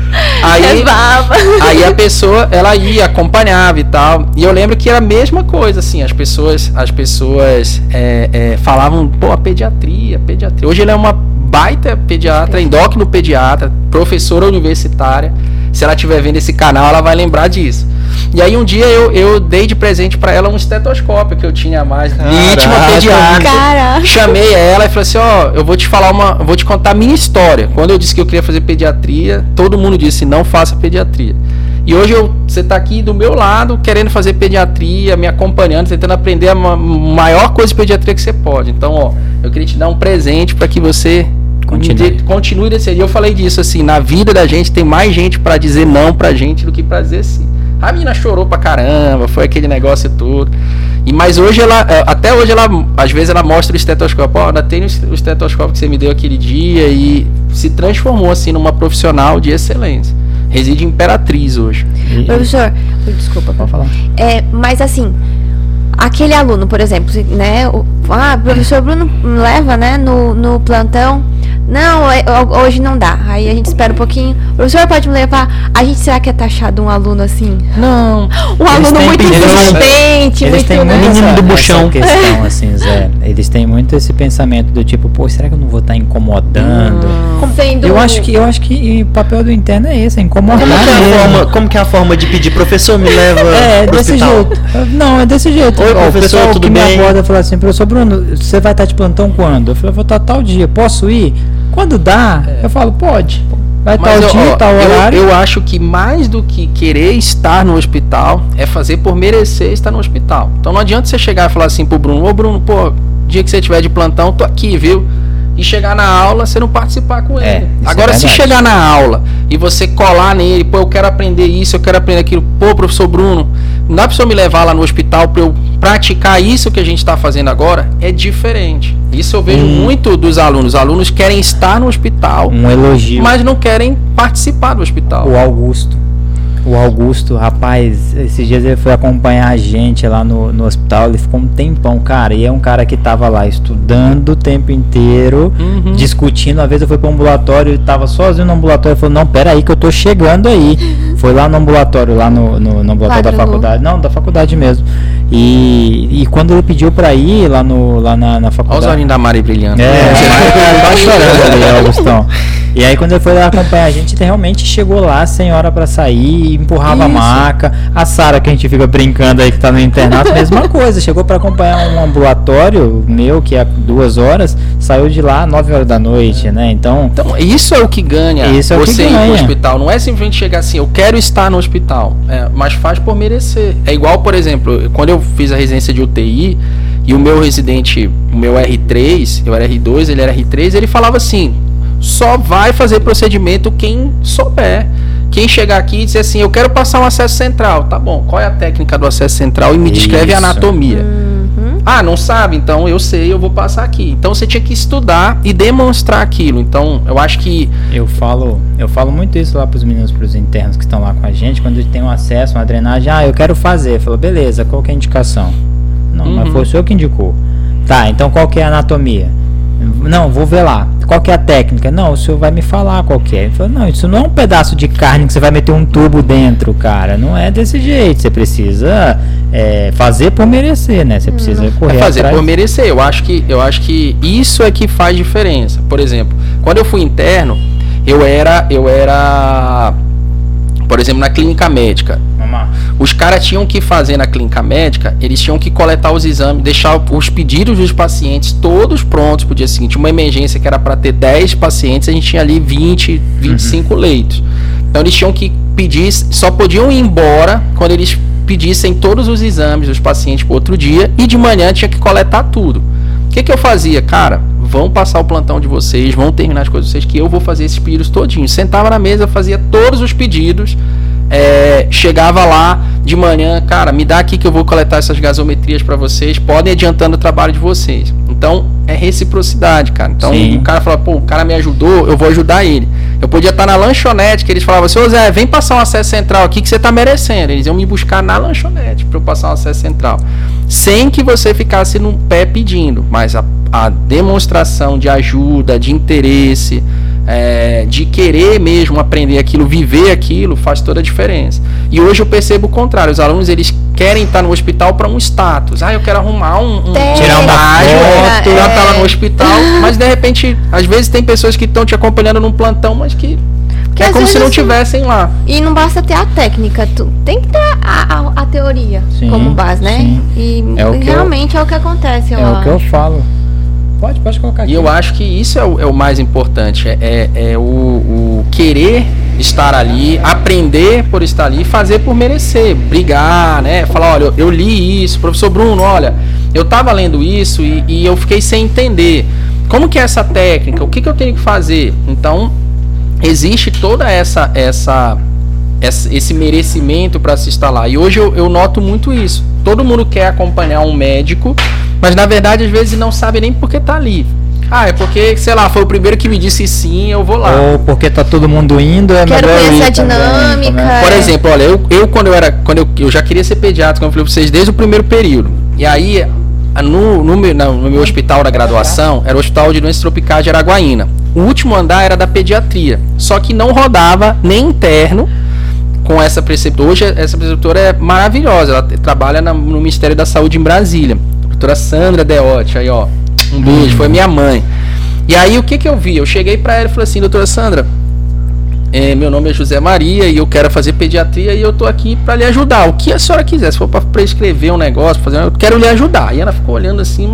Aí a pessoa, ela ia, acompanhava e tal. E eu lembro que era a mesma coisa, assim, as pessoas falavam, pô, a pediatria. Hoje ele é uma baita pediatra, endócrino pediatra, professora universitária. Se ela estiver vendo esse canal, ela vai lembrar disso. E aí um dia eu dei de presente pra ela um estetoscópio que eu tinha mais íntima pediatra. Caraca. Chamei ela e falei assim, eu vou te contar a minha história. Quando eu disse que eu queria fazer pediatria, todo mundo disse, não faça pediatria. E hoje você tá aqui do meu lado, querendo fazer pediatria, me acompanhando, tentando aprender a maior coisa de pediatria que você pode. Então, eu queria te dar um presente para que você continue desse. E eu falei disso, assim, na vida da gente tem mais gente para dizer não pra gente do que pra dizer sim. A menina chorou pra caramba, foi aquele negócio todo. Mas hoje até hoje às vezes ela mostra o estetoscópio. Ainda tem o estetoscópio que você me deu aquele dia, e se transformou assim numa profissional de excelência. Reside em Imperatriz hoje. Professor, desculpa, pode falar. Mas assim, aquele aluno, por exemplo, né? O professor Bruno leva, né, no plantão. Não, hoje não dá. Aí a gente espera um pouquinho. O professor pode me levar? A gente, será que é taxado um aluno assim? Não. Um aluno muito insistente, eles têm muito mínimo do buchão. Questão, assim, Zé. Eles têm muito esse pensamento do tipo, pô, será que eu não vou estar incomodando? Eu acho que o papel do interno é esse, é incomodar. Como que é a forma de pedir, professor, me leva pro desse hospital? jeito. Não, é desse jeito. Oi, professor, o pessoal tudo que bem? me aborda fala assim, professor Bruno, você vai estar de plantão quando? Eu falei, eu vou estar tal dia, posso ir? Quando dá, eu falo, pode. Vai tal dia, tal horário. Eu acho que mais do que querer estar no hospital, é fazer por merecer estar no hospital. Então não adianta você chegar e falar assim pro Bruno, ô Bruno, pô, dia que você tiver de plantão, tô aqui, viu? E chegar na aula, você não participar com ele. Agora, se chegar na aula e você colar nele, pô, eu quero aprender isso, eu quero aprender aquilo, pô, professor Bruno, não dá pra você me levar lá no hospital pra eu praticar isso que a gente tá fazendo agora? É diferente. Isso eu vejo muito dos alunos. Os alunos querem estar no hospital, um elogio, mas não querem participar do hospital. O Augusto, rapaz, esses dias ele foi acompanhar a gente lá no hospital, ele ficou um tempão, cara, e é um cara que tava lá estudando o tempo inteiro, discutindo. Às vezes eu fui pro ambulatório, ele tava sozinho no ambulatório, falou, não, pera aí que eu tô chegando aí. Foi lá no ambulatório, lá no ambulatório da faculdade, não, da faculdade mesmo. E quando ele pediu pra ir lá na faculdade... Olha os olhinhos da Mari brilhando. Tá chorando ali, Augustão. E aí quando ele foi lá acompanhar a gente, ele realmente chegou lá sem hora pra sair, empurrava a maca. A Sara, que a gente fica brincando aí, que tá no internato, mesma coisa. Chegou pra acompanhar um ambulatório meu, que é 2 horas, saiu de lá 9 horas da noite, né? Então isso é o que ganha você ir pro hospital. Não é simplesmente chegar assim, eu quero estar no hospital, mas faz por merecer. É igual, por exemplo, quando eu fiz a residência de UTI, e o meu residente, o meu R3, eu era R2, ele era R3, ele falava assim, só vai fazer procedimento quem souber. Quem chegar aqui e dizer assim, eu quero passar um acesso central, tá bom, qual é a técnica do acesso central? E me descreve a anatomia. Não sabe? Então eu sei, eu vou passar aqui. Então você tinha que estudar e demonstrar aquilo. Então eu acho que... Eu falo muito isso lá pros meninos, pros internos que estão lá com a gente, quando tem um acesso, uma drenagem, eu quero fazer. Falo, beleza, qual que é a indicação? Não, mas foi o senhor que indicou. Tá, então qual que é a anatomia? Não, vou ver lá. Qual que é a técnica? Não, o senhor vai me falar qual que é. Ele falou, não, isso não é um pedaço de carne que você vai meter um tubo dentro, cara. Não é desse jeito. Você precisa fazer por merecer, né? Você precisa correr fazer atrás. Por merecer. Eu acho que isso é que faz diferença. Por exemplo, quando eu fui interno, eu era por exemplo, na clínica médica. Os caras tinham que fazer na clínica médica, eles tinham que coletar os exames, deixar os pedidos dos pacientes todos prontos pro dia seguinte. Uma emergência que era para ter 10 pacientes, a gente tinha ali 20, 25 leitos. Então eles tinham que pedir, só podiam ir embora quando eles pedissem todos os exames dos pacientes pro outro dia, e de manhã tinha que coletar tudo. O que eu fazia? Cara, vão passar o plantão de vocês, vão terminar as coisas de vocês, que eu vou fazer esses pedidos todinhos. Sentava na mesa, fazia todos os pedidos, chegava lá de manhã, cara, me dá aqui que eu vou coletar essas gasometrias para vocês, podem adiantando o trabalho de vocês. Então, é reciprocidade, cara. Então, Sim. o cara fala, pô, o cara me ajudou, eu vou ajudar ele. Eu podia estar na lanchonete, que eles falavam assim, ô Zé, vem passar um acesso central aqui que você tá merecendo. Eles iam me buscar na lanchonete para eu passar um acesso central. Sem que você ficasse no pé pedindo, mas a demonstração de ajuda, de interesse, de querer mesmo aprender aquilo, viver aquilo, faz toda a diferença. E hoje eu percebo o contrário, os alunos eles querem estar no hospital para um status. Eu quero arrumar tirar uma foto, já tá lá no hospital, mas de repente, às vezes tem pessoas que estão te acompanhando num plantão, mas que é como se não tivessem lá. E não basta ter a técnica, tem que ter a teoria como base, né? Sim. E realmente é o que acontece, eu acho. É o que eu falo. Pode colocar aqui. E eu acho que isso é o mais importante, o querer estar ali, aprender por estar ali, fazer por merecer, brigar, né? Falar, olha, eu li isso, professor Bruno, olha, eu tava lendo isso e eu fiquei sem entender. Como que é essa técnica? O que eu tenho que fazer? Então, existe toda esse merecimento para se instalar. E hoje eu noto muito isso. Todo mundo quer acompanhar um médico, mas na verdade às vezes não sabe nem por que tá ali. É porque, sei lá, foi o primeiro que me disse sim, eu vou lá. Ou porque tá todo mundo indo, quero melhor conhecer ir a dinâmica. também, Por exemplo, olha, eu quando eu já queria ser pediatra, como eu falei pra vocês, desde o primeiro período. E aí, no meu hospital da graduação, era o Hospital de Doenças Tropicais de Araguaína. O último andar era da pediatria, só que não rodava nem interno com essa preceptora. Hoje essa preceptora é maravilhosa, ela trabalha no Ministério da Saúde em Brasília. A doutora Sandra Deotti, aí ó, um beijo, foi minha mãe. E aí o que eu vi? Eu cheguei pra ela e falei assim, doutora Sandra, meu nome é José Maria e eu quero fazer pediatria e eu tô aqui pra lhe ajudar. O que a senhora quiser, se for pra prescrever um negócio, eu quero lhe ajudar. E ela ficou olhando assim,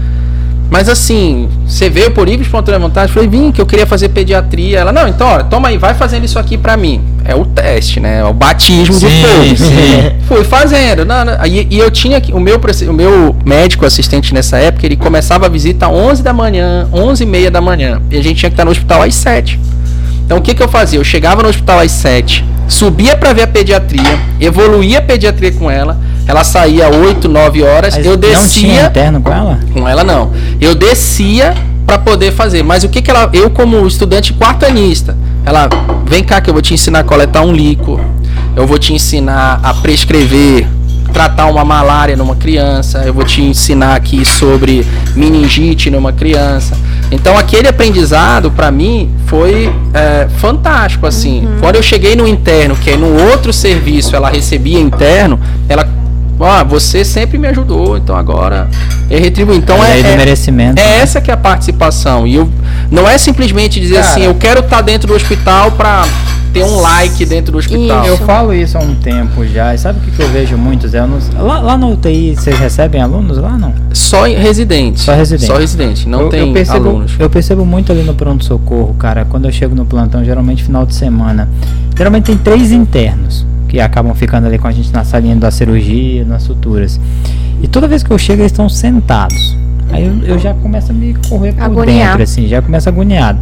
mas assim, você veio por livre e espontânea vontade? Eu falei, vim, que eu queria fazer pediatria. Ela, não, então, olha, toma aí, vai fazendo isso aqui pra mim. É o teste, né? É o batismo de fogo. Sim. Fui fazendo. E eu tinha o meu médico assistente nessa época, ele começava a visita às 11 da manhã, 11h30 da manhã. E a gente tinha que estar no hospital às 7. Então o que eu fazia? Eu chegava no hospital às 7, subia pra ver a pediatria, evoluía a pediatria com ela. Ela saía 8, 9 horas, Mas eu descia... Não tinha interno com ela? Com ela não. Eu descia para poder fazer. Mas o que ela... Eu como estudante quartanista, ela... Vem cá que eu vou te ensinar a coletar um líquor. Eu vou te ensinar a prescrever, tratar uma malária numa criança. Eu vou te ensinar aqui sobre meningite numa criança. Então aquele aprendizado para mim foi fantástico, assim. Quando eu cheguei no interno, que é no outro serviço ela recebia interno, ela... você sempre me ajudou, então agora eu retribuo. Então do merecimento, né? Essa que é a participação. E eu não é simplesmente dizer assim, eu quero estar dentro do hospital para ter um like dentro do hospital. Eu falo isso há um tempo já. E sabe o que eu vejo muitos alunos? Lá no UTI, vocês recebem alunos lá, não? Só residente. Só residente. Não tem alunos. Eu percebo muito ali no pronto-socorro, cara, quando eu chego no plantão, geralmente final de semana. Geralmente tem 3 internos que acabam ficando ali com a gente na salinha da cirurgia, nas suturas. E toda vez que eu chego, eles estão sentados. Aí eu já começo a me correr por dentro, assim, já começo agoniado.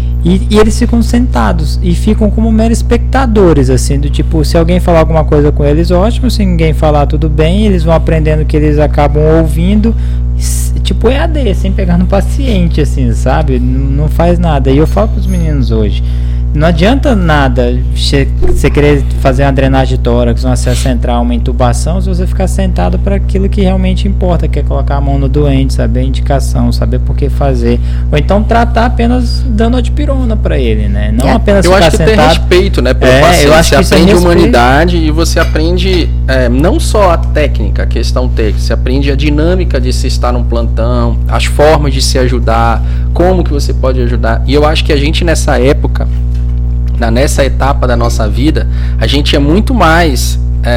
E eles ficam sentados e ficam como meros espectadores, assim, do tipo, se alguém falar alguma coisa com eles, ótimo, se ninguém falar, tudo bem, eles vão aprendendo que eles acabam ouvindo, tipo EAD, sem pegar no paciente, assim, sabe? Não faz nada. E eu falo pros meninos hoje, não adianta nada você querer fazer uma drenagem de tórax, um acesso central, uma intubação, se você ficar sentado para aquilo que realmente importa, que é colocar a mão no doente, saber a indicação, saber por que fazer. Ou então tratar apenas dando dipirona para ele, né? Não apenas ficar sentado. Eu acho que ter respeito, né, pelo paciente. Eu acho que você aprende humanidade e você aprende não só a técnica, a questão técnica, você aprende a dinâmica de se estar num plantão, as formas de se ajudar, como que você pode ajudar. E eu acho que a gente nessa época, nessa etapa da nossa vida, a gente é muito mais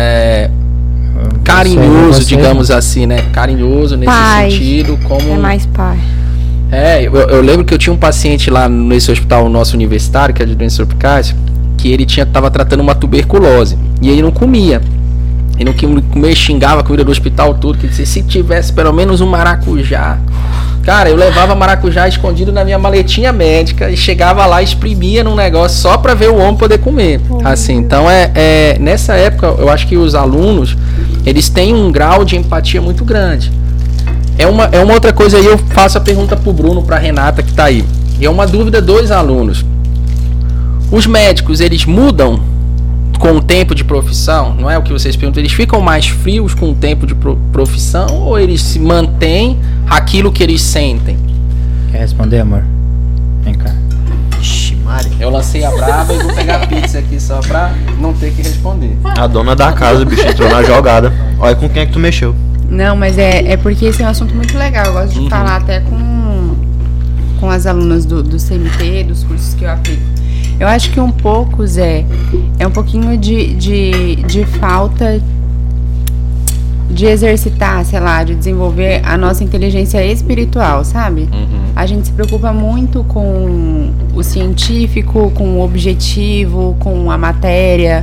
carinhoso, digamos assim, né? Carinhoso nesse sentido, como... É mais pai. Eu lembro que eu tinha um paciente lá nesse hospital nosso universitário, que é de doenças tropicais, que ele estava tratando uma tuberculose, e ele não comia. Ele não queria comer, xingava a comida do hospital, tudo, que disse, se tivesse pelo menos um maracujá, Cara, eu levava maracujá escondido na minha maletinha médica e chegava lá e exprimia num negócio só pra ver o homem poder comer. Assim, então nessa época, eu acho que os alunos, eles têm um grau de empatia muito grande. É uma outra coisa aí, eu faço a pergunta pro Bruno, pra Renata que tá aí. E é uma dúvida dos alunos. Os médicos, eles mudam com o tempo de profissão? Não é o que vocês perguntam? Eles ficam mais frios com o tempo de profissão ou eles se mantêm aquilo que eles sentem? Quer responder, amor? Vem cá. Ixi, Mari. Eu lancei a braba e vou pegar a pizza aqui só pra não ter que responder. A dona da casa, bicho, entrou na jogada. Olha com quem é que tu mexeu. Não, mas é porque esse é um assunto muito legal. Eu gosto de falar até com as alunas do CMT, dos cursos que eu aplico. Eu acho que um pouco, Zé, é um pouquinho de falta de exercitar, sei lá, de desenvolver a nossa inteligência espiritual, sabe? A gente se preocupa muito com o científico, com o objetivo, com a matéria,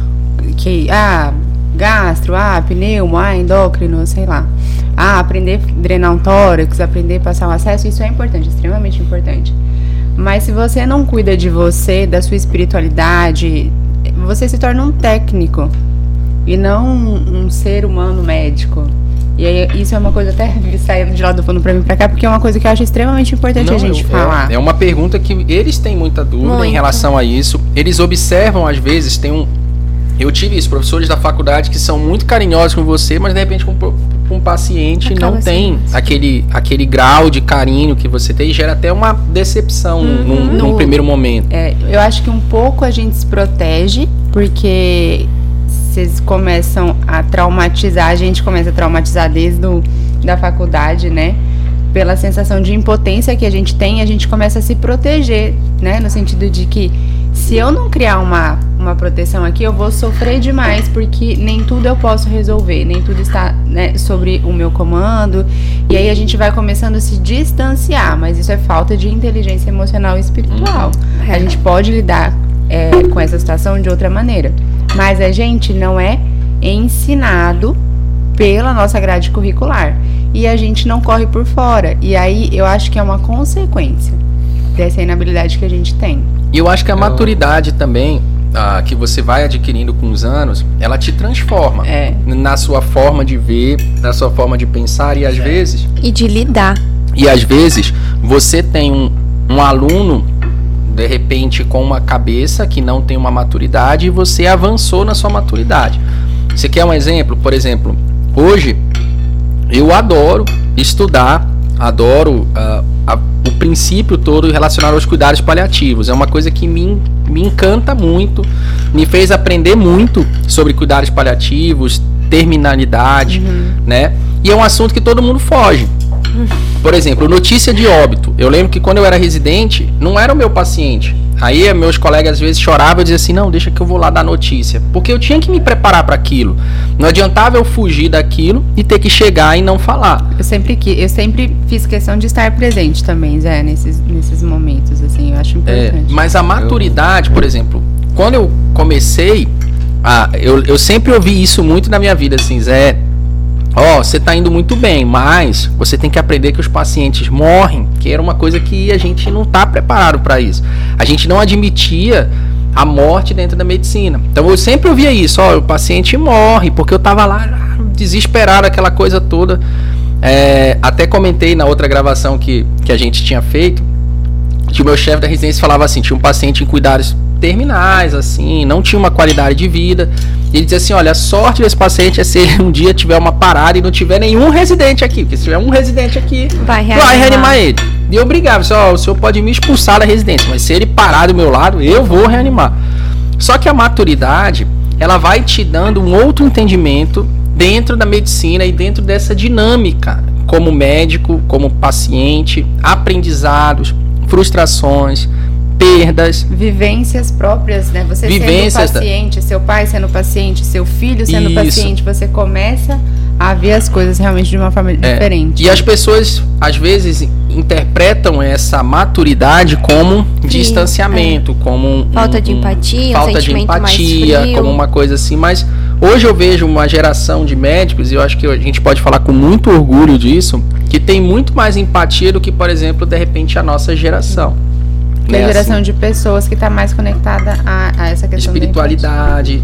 gastro, pneumo, endócrino, sei lá. Aprender a drenar um tórax, aprender a passar um acesso, isso é importante, extremamente importante. Mas se você não cuida de você, da sua espiritualidade, você se torna um técnico e não um ser humano médico. E aí, isso é uma coisa até saindo de lá do fundo pra mim pra cá, porque é uma coisa que eu acho extremamente importante a gente falar. É uma pergunta que eles têm muita dúvida em relação a isso. Eles observam, às vezes, eu tive isso, professores da faculdade que são muito carinhosos com você, mas de repente com um paciente não tem aquele grau de carinho que você tem e gera até uma decepção num primeiro momento. Eu acho que um pouco a gente se protege, porque vocês começam a traumatizar, a gente começa a traumatizar desde da faculdade, né? Pela sensação de impotência que a gente tem, a gente começa a se proteger, né? No sentido de que se eu não criar uma proteção aqui, eu vou sofrer demais, porque nem tudo eu posso resolver, nem tudo está, né, sobre o meu comando. E aí a gente vai começando a se distanciar, mas isso é falta de inteligência emocional e espiritual. A gente pode lidar com essa situação de outra maneira, mas a gente não é ensinado pela nossa grade curricular. E a gente não corre por fora. E aí eu acho que é uma consequência dessa inabilidade que a gente tem. E eu acho que a maturidade também, que você vai adquirindo com os anos, ela te transforma na sua forma de ver, na sua forma de pensar e às vezes... E de lidar. E às vezes você tem um aluno, de repente, com uma cabeça que não tem uma maturidade e você avançou na sua maturidade. Você quer um exemplo? Por exemplo, hoje eu adoro estudar, adoro o princípio todo relacionado aos cuidados paliativos. É uma coisa que me encanta muito, me fez aprender muito sobre cuidados paliativos, terminalidade, né? E é um assunto que todo mundo foge. Por exemplo, notícia de óbito. Eu lembro que quando eu era residente, não era o meu paciente. Aí meus colegas às vezes choravam e diziam assim, não, deixa que eu vou lá dar notícia. Porque eu tinha que me preparar para aquilo. Não adiantava eu fugir daquilo e ter que chegar e não falar. Eu sempre fiz questão de estar presente também, Zé, nesses momentos, assim, eu acho importante. Mas a maturidade, por exemplo, quando eu comecei, eu sempre ouvi isso muito na minha vida, assim, Zé, você tá indo muito bem, mas você tem que aprender que os pacientes morrem, que era uma coisa que a gente não tá preparado para isso. A gente não admitia a morte dentro da medicina. Então eu sempre ouvia isso, o paciente morre, porque eu tava lá desesperado, aquela coisa toda. Até comentei na outra gravação que a gente tinha feito, que o meu chefe da residência falava assim, tinha um paciente em cuidados terminais, assim, não tinha uma qualidade de vida. E ele dizia assim, olha, a sorte desse paciente é se ele um dia tiver uma parada e não tiver nenhum residente aqui, porque se tiver um residente aqui, vai reanimar ele. E eu brigava, o senhor pode me expulsar da residência, mas se ele parar do meu lado, eu vou reanimar. Só que a maturidade, ela vai te dando um outro entendimento dentro da medicina e dentro dessa dinâmica, como médico, como paciente, aprendizados, frustrações, perdas, vivências próprias, né? Você sendo paciente, seu pai sendo paciente, seu filho sendo paciente, você começa a ver as coisas realmente de uma forma diferente. E as pessoas, às vezes, interpretam essa maturidade como distanciamento, como falta de empatia, falta de empatia, como uma coisa assim, mas Hoje eu vejo uma geração de médicos, e eu acho que a gente pode falar com muito orgulho disso, que tem muito mais empatia do que, por exemplo, de repente, a nossa geração. Que é a geração de pessoas que está mais conectada a essa questão espiritualidade,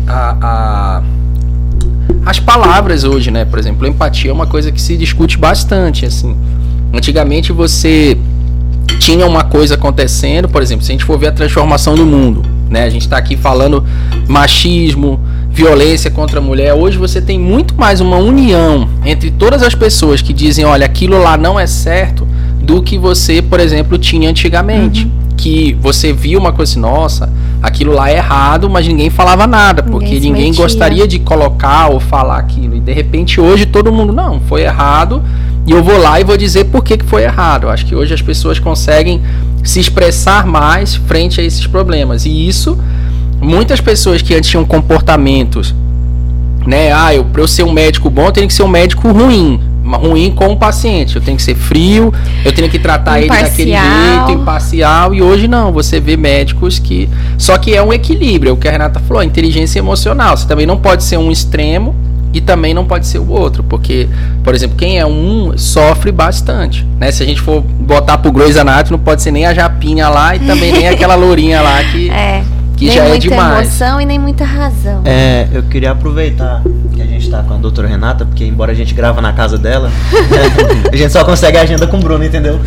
as palavras hoje, né? Por exemplo, empatia é uma coisa que se discute bastante, assim. Antigamente você tinha uma coisa acontecendo, por exemplo, se a gente for ver a transformação do mundo, né? A gente está aqui falando machismo, violência contra a mulher. Hoje você tem muito mais uma união entre todas as pessoas que dizem, olha, aquilo lá não é certo, do que você, por exemplo, tinha antigamente. Que você via uma coisa assim, nossa, aquilo lá é errado, mas ninguém falava nada, porque ninguém gostaria de colocar ou falar aquilo. E de repente hoje todo mundo, não, foi errado, e eu vou lá e vou dizer por que foi errado. Eu acho que hoje as pessoas conseguem se expressar mais frente a esses problemas. E isso, muitas pessoas que antes tinham comportamentos, né, pra eu ser um médico bom, eu tenho que ser um médico ruim com o paciente, eu tenho que ser frio, eu tenho que tratar ele daquele jeito, imparcial, e hoje não, você vê médicos que, só que é um equilíbrio, é o que a Renata falou, inteligência emocional, você também não pode ser um extremo e também não pode ser o outro, porque, por exemplo, quem é um sofre bastante, né, se a gente for botar pro Grey's Anatomy, não pode ser nem a Japinha lá e também nem aquela lourinha lá que já é demais. Nem muita emoção e nem muita razão. Eu queria aproveitar que a gente tá com a doutora Renata, porque embora a gente grava na casa dela, a gente só consegue a agenda com o Bruno, entendeu?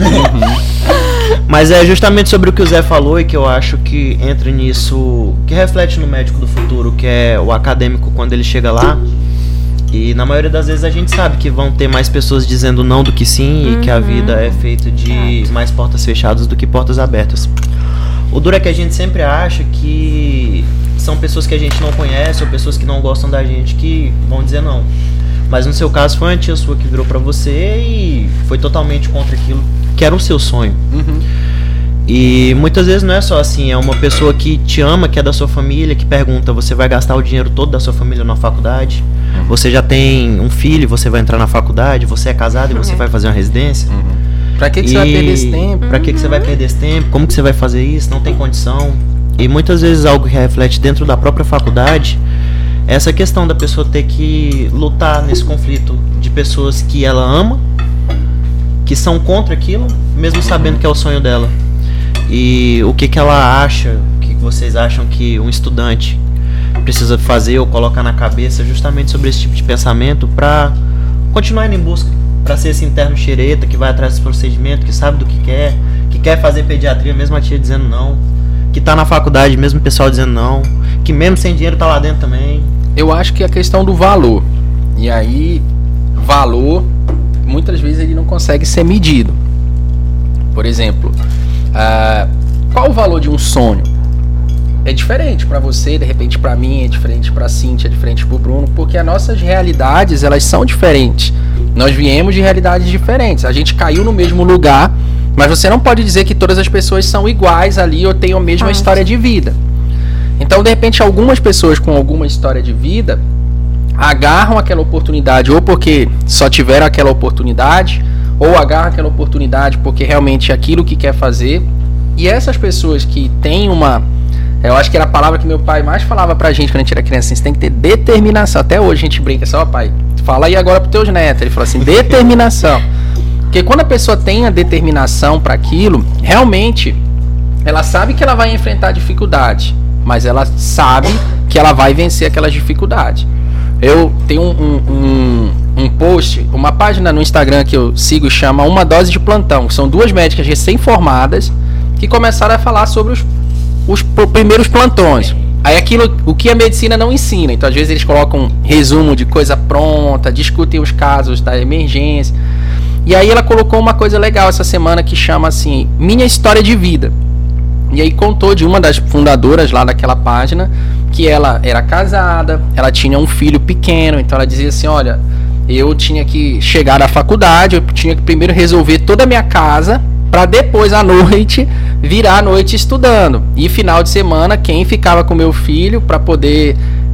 Mas é justamente sobre o que o Zé falou e que eu acho que entra nisso, que reflete no médico do futuro, que é o acadêmico quando ele chega lá. E na maioria das vezes a gente sabe que vão ter mais pessoas dizendo não do que sim, e que a vida é feita de mais portas fechadas do que portas abertas. O duro é que a gente sempre acha que são pessoas que a gente não conhece ou pessoas que não gostam da gente que vão dizer não. Mas no seu caso foi uma tia sua que virou pra você e foi totalmente contra aquilo que era o seu sonho. E muitas vezes não é só assim, é uma pessoa que te ama, que é da sua família, que pergunta, você vai gastar o dinheiro todo da sua família na faculdade? Você já tem um filho, você vai entrar na faculdade? Você é casado e você vai fazer uma residência? Pra que você vai perder esse tempo? Pra que você vai perder esse tempo? Como que você vai fazer isso? Não tem condição. E muitas vezes algo que reflete dentro da própria faculdade é essa questão da pessoa ter que lutar nesse conflito de pessoas que ela ama, que são contra aquilo, mesmo sabendo que é o sonho dela. E o que ela acha, o que vocês acham que um estudante precisa fazer ou colocar na cabeça justamente sobre esse tipo de pensamento pra continuar indo em busca, pra ser esse interno xereta que vai atrás desse procedimento, que sabe do que quer fazer pediatria mesmo a tia dizendo não, que tá na faculdade mesmo o pessoal dizendo não, que mesmo sem dinheiro tá lá dentro também. Eu acho que é a questão do valor, e aí valor muitas vezes ele não consegue ser medido. Por exemplo, qual o valor de um sonho? É diferente para você, de repente para mim, é diferente para a Cíntia, é diferente para o Bruno, porque as nossas realidades, elas são diferentes. Nós viemos de realidades diferentes. A gente caiu no mesmo lugar, mas você não pode dizer que todas as pessoas são iguais ali ou têm a mesma história de vida. Então, de repente, algumas pessoas com alguma história de vida agarram aquela oportunidade ou porque só tiveram aquela oportunidade, ou agarram aquela oportunidade porque realmente é aquilo que quer fazer. E essas pessoas que têm uma... Eu acho que era a palavra que meu pai mais falava pra gente quando a gente era criança, assim, você tem que ter determinação. Até hoje a gente brinca assim, ó pai, fala aí agora pros teus netos. Ele fala assim, determinação. Porque quando a pessoa tem a determinação para aquilo, realmente, ela sabe que ela vai enfrentar dificuldade, mas ela sabe que ela vai vencer aquelas dificuldades. Eu tenho um post, uma página no Instagram que eu sigo, chama Uma Dose de Plantão, que são duas médicas recém-formadas que começaram a falar sobre os primeiros plantões. Aí aquilo, o que a medicina não ensina. Então às vezes eles colocam um resumo de coisa pronta, discutem os casos da emergência. E aí ela colocou uma coisa legal essa semana que chama assim, Minha História de Vida. E aí contou de uma das fundadoras lá daquela página, que ela era casada, ela tinha um filho pequeno, então ela dizia assim, olha, eu tinha que chegar à faculdade, eu tinha que primeiro resolver toda a minha casa, para depois à noite virar a noite estudando. E final de semana, quem ficava com meu filho para poder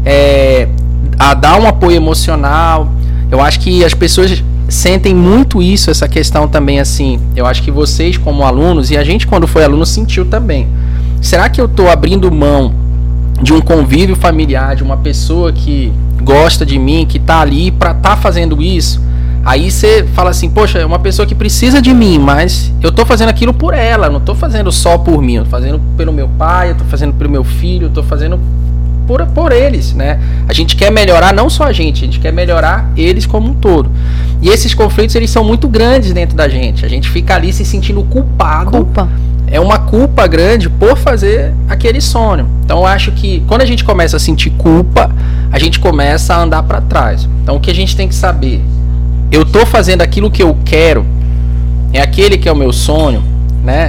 dar um apoio emocional. Eu acho que as pessoas sentem muito isso, essa questão também assim. Eu acho que vocês como alunos, e a gente quando foi aluno sentiu também. Será que eu estou abrindo mão de um convívio familiar, de uma pessoa que gosta de mim, que tá ali pra tá fazendo isso, aí você fala assim, poxa, é uma pessoa que precisa de mim, mas eu tô fazendo aquilo por ela, não tô fazendo só por mim, eu tô fazendo pelo meu pai, eu tô fazendo pelo meu filho, eu tô fazendo por eles, né? A gente quer melhorar não só a gente quer melhorar eles como um todo. E esses conflitos, eles são muito grandes dentro da gente. A gente fica ali se sentindo culpado. Culpa. É uma culpa grande por fazer aquele sonho. Então eu acho que quando a gente começa a sentir culpa, a gente começa a andar para trás. Então o que a gente tem que saber, eu tô fazendo aquilo que eu quero, é aquele que é o meu sonho, né?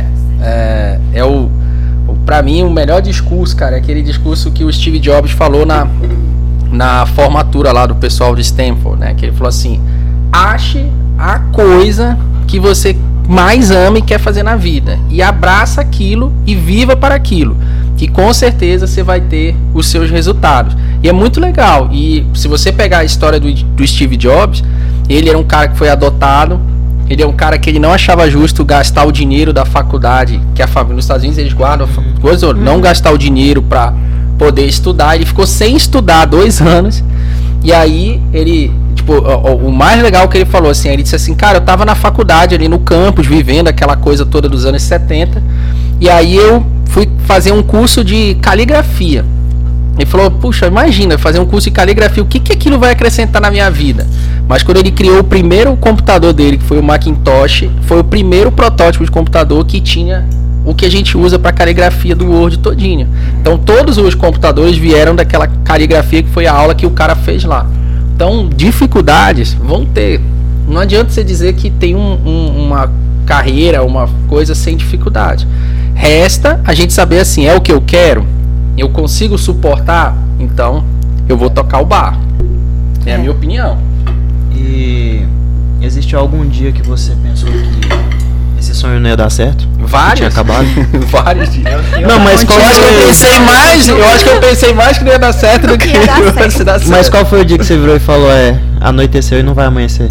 Pra mim, o melhor discurso, cara, é aquele discurso que o Steve Jobs falou na formatura lá do pessoal de Stanford, né? Que ele falou assim, ache a coisa que você mais ama e quer fazer na vida, e abraça aquilo e viva para aquilo, que com certeza você vai ter os seus resultados. E é muito legal. E se você pegar a história do Steve Jobs, ele era um cara que foi adotado, ele é um cara que ele não achava justo gastar o dinheiro da faculdade, que a família nos Estados Unidos eles guardam coisa, não gastar o dinheiro para poder estudar. Ele ficou sem estudar 2 anos. E aí ele, tipo, o mais legal que ele falou assim, ele disse assim, cara, eu tava na faculdade ali no campus, vivendo aquela coisa toda dos anos 70, e aí eu fui fazer um curso de caligrafia. Ele falou, puxa, imagina, fazer um curso de caligrafia, o que aquilo vai acrescentar na minha vida? Mas quando ele criou o primeiro computador dele, que foi o Macintosh, foi o primeiro protótipo de computador que tinha o que a gente usa para caligrafia do Word todinho. Então todos os computadores vieram daquela caligrafia que foi a aula que o cara fez lá. Então dificuldades vão ter. Não adianta você dizer que tem uma carreira, uma coisa sem dificuldade. Resta a gente saber assim, é o que eu quero? Eu consigo suportar? Então eu vou tocar o barco. É a minha opinião. E existiu algum dia que você pensou que esse sonho não ia dar certo? Vários. Tinha acabado? Vários dias. Não, mas qual Eu acho que eu pensei mais que não ia dar certo do que ia dar ia dar certo. Mas qual foi o dia que você virou e falou, anoiteceu e não vai amanhecer?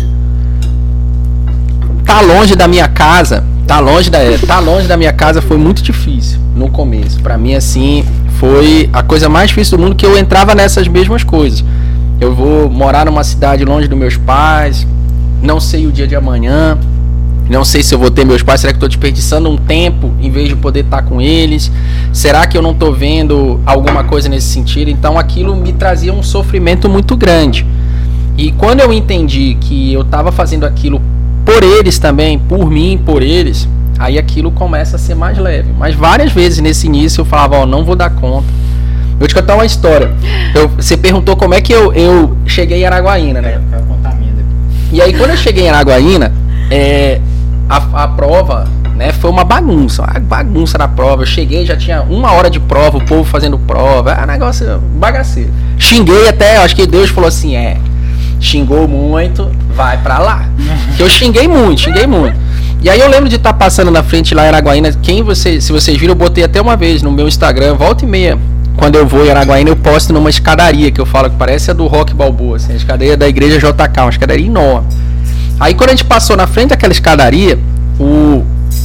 Tá longe da minha casa, tá longe da minha casa foi muito difícil no começo. Pra mim, assim, foi a coisa mais difícil do mundo, que eu entrava nessas mesmas coisas. Eu vou morar numa cidade longe dos meus pais, não sei o dia de amanhã, não sei se eu vou ter meus pais, será que eu tô desperdiçando um tempo em vez de poder estar com eles? Será que eu não tô vendo alguma coisa nesse sentido? Então aquilo me trazia um sofrimento muito grande. E quando eu entendi que eu tava fazendo aquilo por eles também, por mim, por eles, aí aquilo começa a ser mais leve. Mas várias vezes nesse início eu falava, não vou dar conta. Eu vou te contar uma história. Você perguntou como é que eu cheguei em Araguaína, né? E aí quando eu cheguei em Araguaína, a prova, né, foi uma bagunça na prova. Eu cheguei, já tinha 1 hora de prova, o povo fazendo prova, negócio bagaceiro. Xinguei até, acho que Deus falou assim, xingou muito, vai pra lá. Eu xinguei muito. E aí eu lembro de estar passando na frente lá em Araguaína, se vocês viram, eu botei até uma vez no meu Instagram, volta e meia, quando eu vou em Araguaína, eu posto numa escadaria, que eu falo que parece a do Rock Balboa, assim, a escadaria da igreja JK, uma escadaria enorme. Aí quando a gente passou na frente daquela escadaria, o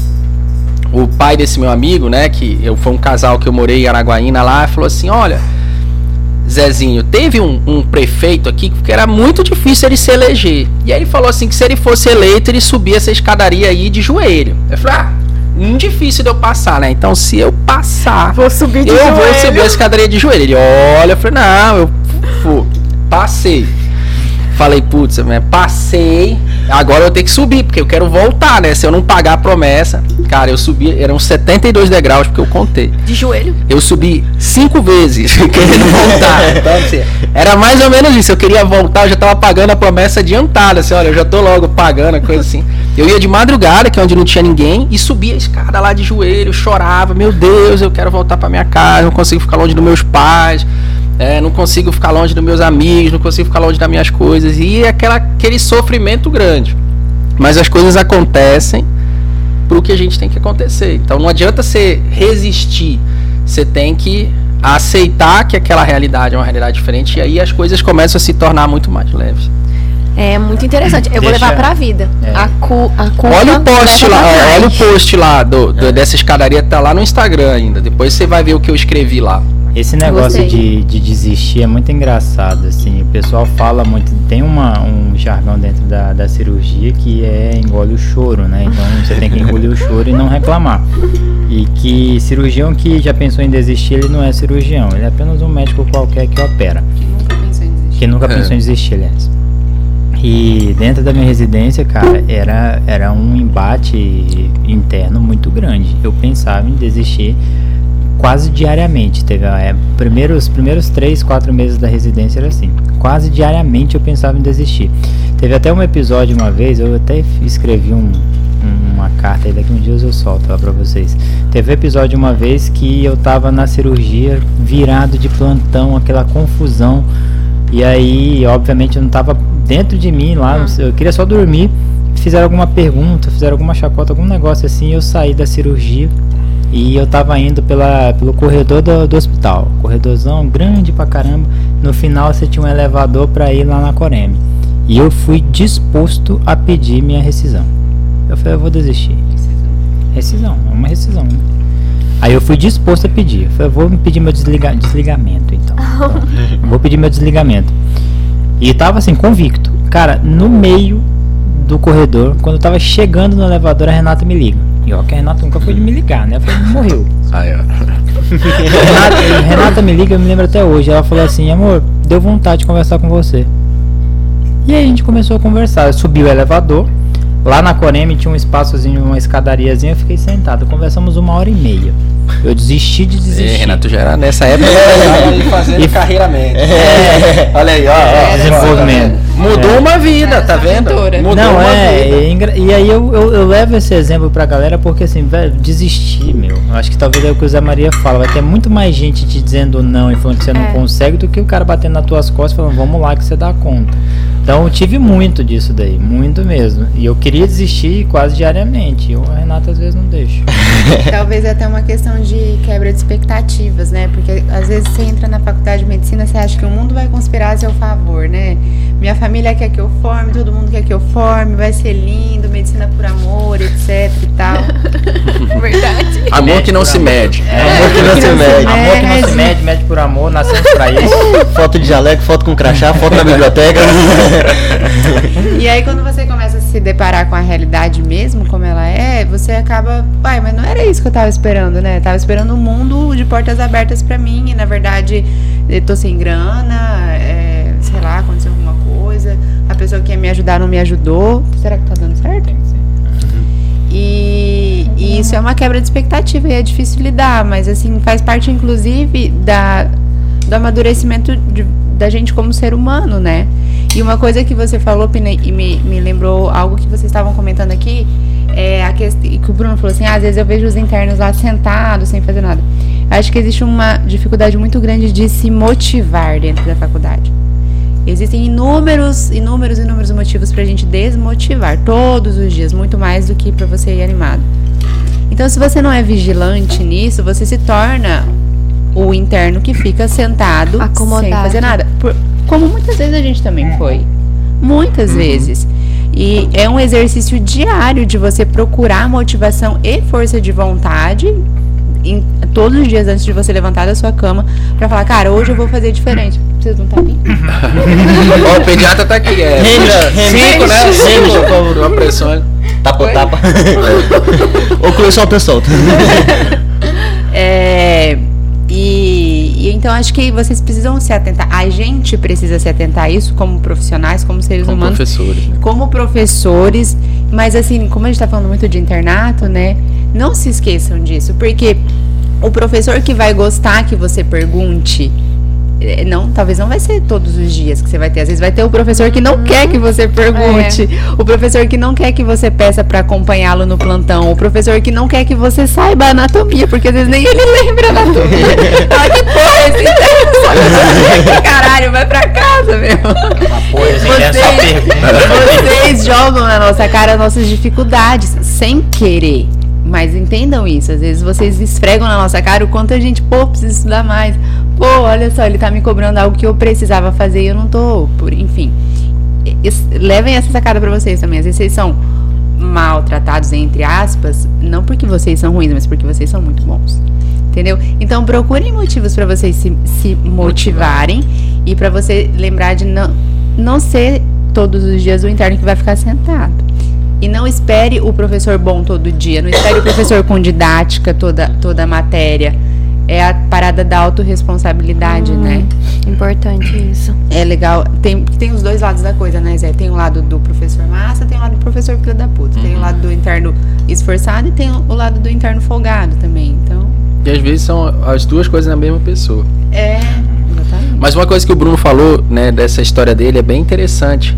pai desse meu amigo, né, foi um casal que eu morei em Araguaína lá, falou assim, olha, Zezinho, teve um prefeito aqui que era muito difícil ele se eleger. E aí ele falou assim que se ele fosse eleito, ele subia essa escadaria aí de joelho. Eu falei, muito difícil de eu passar, né? Então se eu passar, vou subir de joelho. Eu vou subir a escadaria de joelho. Ele olha, eu falei, não, eu passei. Falei, putz, passei, agora eu tenho que subir, porque eu quero voltar, né? Se eu não pagar a promessa. Cara, eu subi, eram 72 degraus, porque eu contei. De joelho? Eu subi 5 vezes, querendo voltar. Então, assim, era mais ou menos isso. Eu queria voltar, eu já tava pagando a promessa adiantada, assim, olha, eu já tô logo pagando, coisa assim. Eu ia de madrugada, que é onde não tinha ninguém, e subia a escada lá de joelho, chorava, meu Deus, eu quero voltar pra minha casa, não consigo ficar longe dos meus pais. Não consigo ficar longe dos meus amigos, não consigo ficar longe das minhas coisas. E aquele sofrimento grande. Mas as coisas acontecem pro que a gente tem que acontecer. Então não adianta você resistir. Você tem que aceitar que aquela realidade é uma realidade diferente. E aí as coisas começam a se tornar muito mais leves. É muito interessante. Eu vou levar pra vida. A culpa. Olha o post lá dessa escadaria, tá lá no Instagram ainda. Depois você vai ver o que eu escrevi lá. Esse negócio Gostei. de desistir é muito engraçado, assim, o pessoal fala muito, tem um jargão dentro da cirurgia que é engole o choro, né? Então você tem que engolir o choro e não reclamar. E que cirurgião que já pensou em desistir, ele não é cirurgião, ele é apenas um médico qualquer que opera. Que nunca pensou em desistir, aliás. E dentro da minha residência, cara, era um embate interno muito grande. Eu pensava em desistir quase diariamente. Teve os primeiros 3-4 meses da residência era assim. Quase diariamente eu pensava em desistir. Teve até um episódio uma vez, eu até escrevi uma carta aí, daqui uns dias eu solto lá pra vocês. Teve um episódio uma vez que eu tava na cirurgia, virado de plantão, aquela confusão. E aí, obviamente, eu não tava dentro de mim lá, eu queria só dormir. Fizeram alguma pergunta, fizeram alguma chacota, algum negócio assim. Eu saí da cirurgia e eu tava indo pelo corredor do hospital. Corredorzão grande pra caramba. No final você tinha um elevador pra ir lá na Coreme. E eu fui disposto a pedir minha rescisão. Eu falei, eu vou desistir. Rescisão, é uma rescisão, né? Aí eu fui disposto a pedir. Eu falei, eu vou pedir meu desligamento, então. Vou pedir meu desligamento. E tava assim, convicto. Cara, no meio do corredor, quando eu tava chegando no elevador, a Renata me liga. E ó, que a Renata nunca foi de me ligar, né? Eu falei, morreu. Aí, ó. Renata me liga, eu me lembro até hoje. Ela falou assim, amor, deu vontade de conversar com você. E aí a gente começou a conversar. Eu subi o elevador. Lá na Coreme tinha um espaçozinho, uma escadariazinha, eu fiquei sentado. Conversamos 1h30. Eu desisti de desistir. Renato já era nessa época fazendo carreira médica. Olha aí, ó. Desenvolvimento. Mudou uma vida, tá vendo? Mudou Não, uma vida. E aí eu levo esse exemplo pra galera porque assim, velho, desistir, meu. Eu acho que talvez é o que o Zé Maria fala. Vai ter muito mais gente te dizendo não e falando que você não consegue do que o cara batendo nas tuas costas falando, vamos lá que você dá conta. Então eu tive muito disso daí, muito mesmo. E eu queria desistir quase diariamente. A Renata às vezes não deixa. Talvez até uma questão de quebra de expectativas, né? Porque às vezes você entra na faculdade de medicina, você acha que o mundo vai conspirar a seu favor, né? Minha família quer que eu forme, todo mundo quer que eu forme, vai ser lindo, medicina por amor, etc e tal. Verdade. Amor que não se mede. Amor que não se mede. Amor que não se mede, mede por amor, nascemos pra isso. Foto de jaleco, foto com crachá, foto na biblioteca. E aí quando você começa a se deparar com a realidade mesmo, como ela é, você acaba, pai, mas não era isso que eu tava esperando, né? Eu tava esperando um mundo de portas abertas pra mim e na verdade eu tô sem grana, sei lá, aconteceu alguma coisa, a pessoa que ia me ajudar não me ajudou. Será que tá dando certo? E isso é uma quebra de expectativa e é difícil lidar, mas assim, faz parte inclusive do amadurecimento da gente como ser humano, né? E uma coisa que você falou, Pina, e me lembrou algo que vocês estavam comentando aqui, a questão que o Bruno falou assim, às vezes eu vejo os internos lá sentados, sem fazer nada. Acho que existe uma dificuldade muito grande de se motivar dentro da faculdade. Existem inúmeros motivos pra gente desmotivar todos os dias, muito mais do que pra você ir animado. Então, se você não é vigilante nisso, você se torna o interno que fica sentado, acomodado, sem fazer nada. Como muitas vezes a gente também foi. Muitas vezes. E é um exercício diário de você procurar motivação e força de vontade todos os dias antes de você levantar da sua cama pra falar, cara, hoje eu vou fazer diferente. Vocês não estão bem? Ó, o pediatra tá aqui. 5, né? 5, por favor, uma pressão. Tapa. Oclui solta. E então acho que vocês precisam se atentar. A gente precisa se atentar a isso como profissionais, como seres humanos. Professores, né? Como professores. Mas assim, como a gente tá falando muito de internato, né? Não se esqueçam disso. Porque o professor que vai gostar que você pergunte, talvez não vai ser todos os dias que você vai ter. Às vezes vai ter o professor que não quer que você pergunte. O professor que não quer que você peça pra acompanhá-lo no plantão. O professor que não quer que você saiba a anatomia, porque às vezes nem ele lembra a anatomia. Ah, que porra é esse? Caralho, vai pra casa, meu. Vocês jogam na nossa cara nossas dificuldades sem querer. Mas entendam isso, às vezes vocês esfregam na nossa cara o quanto a gente, precisa estudar mais. Olha só, ele tá me cobrando algo que eu precisava fazer e eu não enfim. Levem essa sacada pra vocês também. Às vezes vocês são maltratados resultados, entre aspas, não porque vocês são ruins, mas porque vocês são muito bons. Entendeu? Então procurem motivos para vocês se motivarem e para você lembrar de não ser todos os dias o interno que vai ficar sentado. E não espere o professor bom todo dia, não espere o professor com didática toda a matéria. É a parada da autorresponsabilidade, né? Importante isso. É legal. Tem os dois lados da coisa, né, Zé? Tem o lado do professor massa, tem o lado do professor filho da puta. Tem o lado do interno esforçado e tem o lado do interno folgado também. Então... E às vezes são as duas coisas na mesma pessoa. Exatamente. Mas uma coisa que o Bruno falou, né, dessa história dele é bem interessante.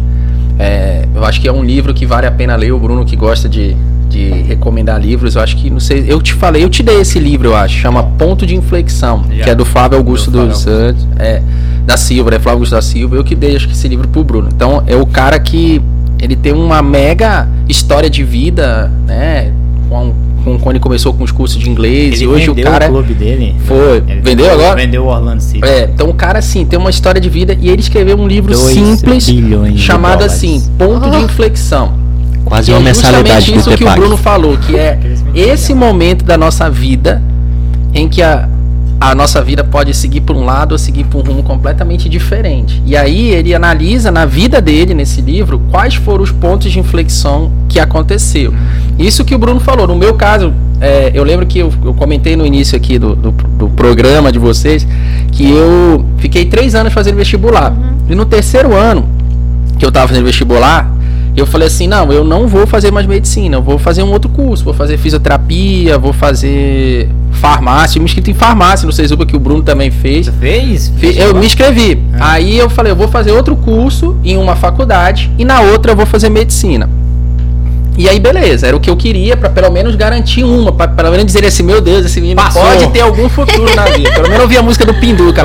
Eu acho que é um livro que vale a pena ler. O Bruno que gosta de recomendar livros, eu acho que, não sei, eu te dei esse livro, eu acho, chama Ponto de Inflexão, que é do Flávio Augusto dos Santos, da Silva, Flávio Augusto da Silva. Eu que dei, acho que esse livro pro Bruno. Então, é o cara que, ele tem uma mega história de vida, né, quando ele começou com os cursos de inglês, ele e hoje o cara... o clube dele. Vendeu agora? Vendeu o Orlando City. Então o cara, assim, tem uma história de vida e ele escreveu um livro simples, chamado assim, Ponto de Inflexão. Quase uma mensalidade do isso que o Bruno falou, que é esse momento da nossa vida em que a nossa vida pode seguir por um lado ou seguir por um rumo completamente diferente. E aí ele analisa na vida dele, nesse livro, quais foram os pontos de inflexão que aconteceu. Isso que o Bruno falou. No meu caso, eu lembro que eu comentei no início aqui do programa de vocês, que eu fiquei 3 anos fazendo vestibular. E no 3º ano que eu estava fazendo vestibular, eu falei assim, não, eu não vou fazer mais medicina, eu vou fazer um outro curso, vou fazer fisioterapia, vou fazer farmácia, eu me inscrevi em farmácia, no CESUPA, que o Bruno também fez. Você fez? Eu me inscrevi. Aí eu falei, eu vou fazer outro curso em uma faculdade e na outra eu vou fazer medicina. E aí, beleza, era o que eu queria pra pelo menos garantir uma, pra pelo menos dizer assim, meu Deus, esse menino pode ter algum futuro na vida. Pelo menos eu ouvia a música do Pinduca lá.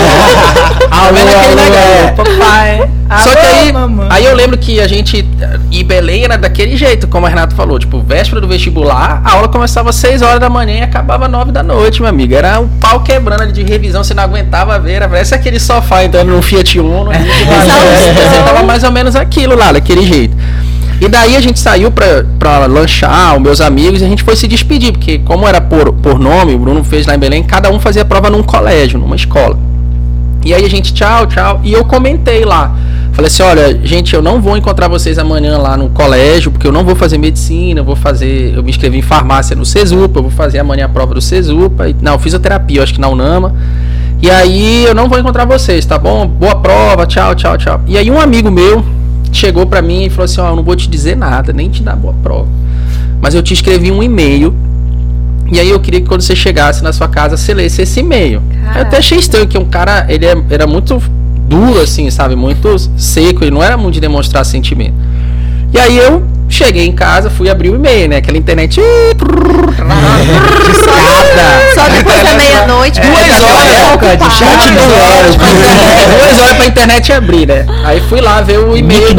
Papai. Só que aí eu lembro que a gente, em Belém era daquele jeito, como a Renata falou, tipo, véspera do vestibular, a aula começava às 6 horas da manhã e acabava às 9 da noite, meu amigo. Era um pau quebrando ali de revisão, você não aguentava ver, parece aquele sofá entrando num Fiat Uno. Você tava mais ou menos aquilo lá, daquele jeito. E daí a gente saiu pra lanchar, os meus amigos, e a gente foi se despedir, porque como era por nome, o Bruno fez lá em Belém, cada um fazia prova num colégio, numa escola. E aí a gente, tchau, e eu comentei lá. Falei assim, olha, gente, eu não vou encontrar vocês amanhã lá no colégio, porque eu não vou fazer medicina, eu me inscrevi em farmácia no CESUPA, eu vou fazer amanhã a prova do CESUPA, não, fisioterapia, eu acho que na UNAMA. E aí eu não vou encontrar vocês, tá bom? Boa prova, tchau. E aí um amigo meu chegou pra mim e falou assim, eu não vou te dizer nada, nem te dar boa prova, mas eu te escrevi um e-mail e aí eu queria que quando você chegasse na sua casa você lesse esse e-mail. Eu até achei estranho, que um cara, ele era muito duro assim, sabe, muito seco, ele não era muito de demonstrar sentimento. E aí eu cheguei em casa, fui abrir o e-mail, né, aquela internet só depois da meia-noite, 2 horas pra internet abrir, né? Aí fui lá ver o e-mail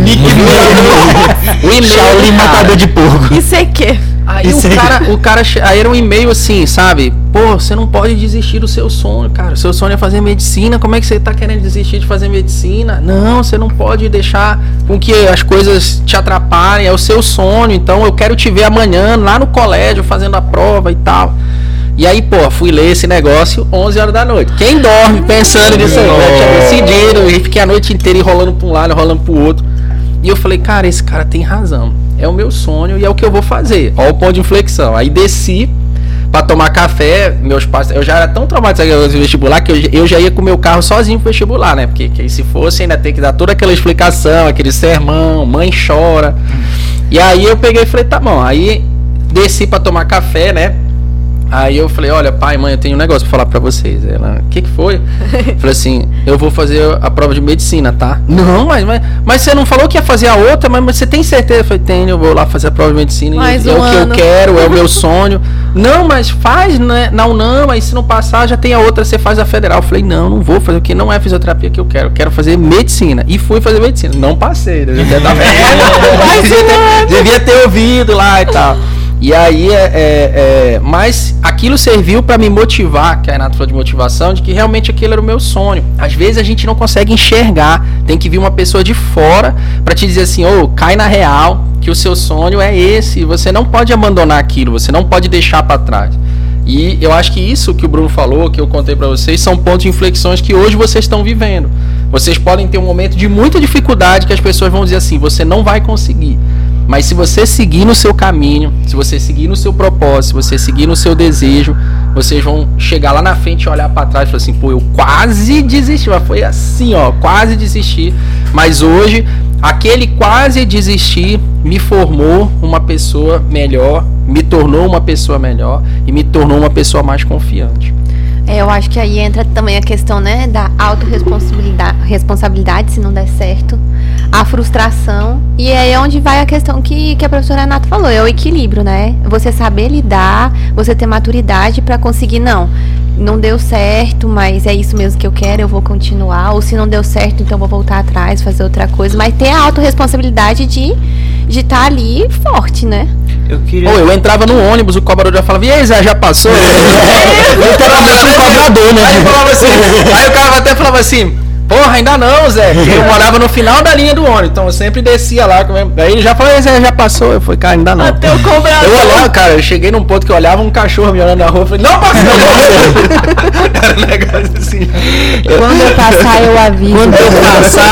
o e-mail Shaolin matador de porco. Isso é que? Aí o cara aí era um e-mail assim, sabe? Pô, você não pode desistir do seu sonho, cara. O seu sonho é fazer medicina. Como é que você tá querendo desistir de fazer medicina? Não, você não pode deixar com que as coisas te atrapalhem. É o seu sonho. Então eu quero te ver amanhã lá no colégio fazendo a prova e tal. E aí, pô, fui ler esse negócio 11 horas da noite. Quem dorme pensando nisso aí? Eu tinha decidido, e fiquei a noite inteira enrolando pra um lado, enrolando pro outro. E eu falei, cara, esse cara tem razão. É o meu sonho e é o que eu vou fazer. Ó o ponto de inflexão. Aí desci pra tomar café. Meus pais, eu já era tão traumatizado com o vestibular que eu já ia com o meu carro sozinho pro vestibular, né? Porque se fosse ainda ter que dar toda aquela explicação, aquele sermão, mãe chora. E aí eu peguei e falei, tá bom. Aí desci pra tomar café, né? Aí eu falei, olha, pai, mãe, eu tenho um negócio pra falar pra vocês. Ela, o que foi? Falei assim, eu vou fazer a prova de medicina, tá? Não, mas você não falou que ia fazer a outra, mas você tem certeza? Eu falei, tenho, eu vou lá fazer a prova de medicina, é o que eu quero, é o meu sonho. Não, mas faz, né, na UNAMA, e se não passar, já tem a outra, você faz a federal. Eu falei, não vou fazer, porque não é fisioterapia que eu quero fazer medicina. E fui fazer medicina, não passei, devia ter ouvido lá e tal. E aí, mas aquilo serviu para me motivar, que a Renata falou de motivação, de que realmente aquele era o meu sonho. Às vezes a gente não consegue enxergar, tem que vir uma pessoa de fora para te dizer assim, cai na real, que o seu sonho é esse, você não pode abandonar aquilo, você não pode deixar para trás. E eu acho que isso que o Bruno falou, que eu contei para vocês, são pontos de inflexões que hoje vocês estão vivendo. Vocês podem ter um momento de muita dificuldade que as pessoas vão dizer assim, você não vai conseguir. Mas se você seguir no seu caminho, se você seguir no seu propósito, se você seguir no seu desejo, vocês vão chegar lá na frente e olhar para trás e falar assim, pô, eu quase desisti, mas foi assim, quase desisti. Mas hoje, aquele quase desistir me formou uma pessoa melhor, me tornou uma pessoa melhor e me tornou uma pessoa mais confiante. Eu acho que aí entra também a questão, né, da autorresponsabilidade, se não der certo, a frustração, e aí é onde vai a questão que a professora Renata falou, é o equilíbrio, né? Você saber lidar, você ter maturidade para conseguir, não deu certo, mas é isso mesmo que eu quero, eu vou continuar, ou se não deu certo, então vou voltar atrás, fazer outra coisa, mas ter a autorresponsabilidade de estar ali forte, né? Eu entrava no ônibus, o cobrador já falava, e aí, Zé, já passou? Literalmente um cobrador, né? Aí o cara até falava assim, porra, ainda não, Zé. Eu morava no final da linha do ônibus, então eu sempre descia lá. Aí ele já falou, Zé, já passou. Eu falei, cara, ainda não. Até o cobrador. Eu olhava, cara, eu cheguei num ponto que eu olhava um cachorro me olhando na rua, eu falei, não passou. Era um negócio assim. Quando eu passar, eu aviso. Quando eu passar,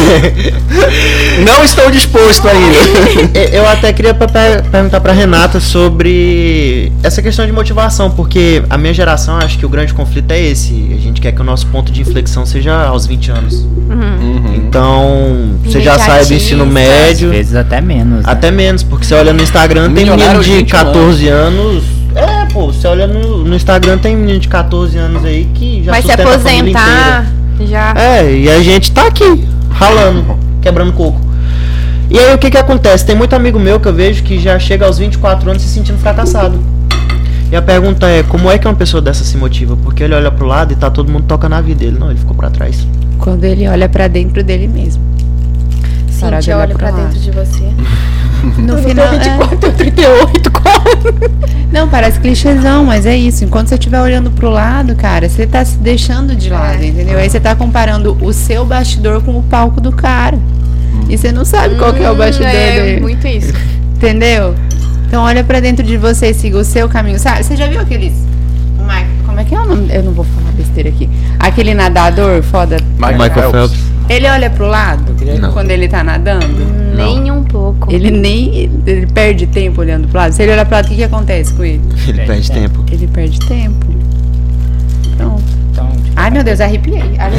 não estou disposto ainda. Eu até queria perguntar pra Renata sobre essa questão de motivação, porque a minha geração, acho que o grande conflito é esse. A gente quer que o nosso ponto de inflexão seja aos 20 anos. Então, você já sai do ensino médio. Às vezes até menos. Até menos, porque você olha no Instagram, tem menino de 14 anos. Você olha no Instagram, tem menino de 14 anos aí que já vai se aposentar. Já. E a gente tá aqui, ralando, quebrando coco. E aí o que acontece? Tem muito amigo meu que eu vejo que já chega aos 24 anos se sentindo fracassado. E a pergunta é, como é que uma pessoa dessa se motiva? Porque ele olha pro lado e tá todo mundo tocando a vida dele. Não, ele ficou pra trás. Quando ele olha pra dentro dele mesmo. Cintia olha pra dentro de você. No final, 24, 38, quase. Não, parece clichêzão, mas é isso. Enquanto você estiver olhando pro lado, cara, você tá se deixando de lado, entendeu? Aí você tá comparando o seu bastidor com o palco do cara. E você não sabe qual que é o bastidor dele. É muito isso. Entendeu? Então olha pra dentro de você e siga o seu caminho. Sabe? Você já viu aqueles... Como é que é o nome? Eu não vou falar besteira aqui. Aquele nadador foda. Michael Phelps. Ele olha pro lado quando ele tá nadando? Nem um pouco. Ele perde tempo olhando pro lado. Se ele olhar pro lado, o que acontece com ele? Ele perde tempo. Ele perde tempo. Pronto. Ai, meu Deus, arrepiei.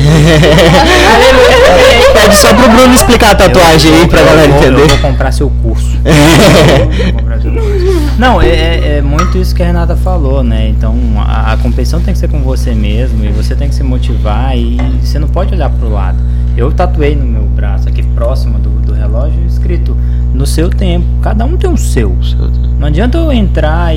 Pede só pro Bruno explicar a tatuagem aí pra galera entender. Eu vou comprar seu curso. Não, é muito isso que a Renata falou, né? Então a competição tem que ser com você mesmo e você tem que se motivar e você não pode olhar pro lado. Eu tatuei no meu braço, aqui próximo do relógio, escrito no seu tempo. Cada um tem o seu. Não adianta eu entrar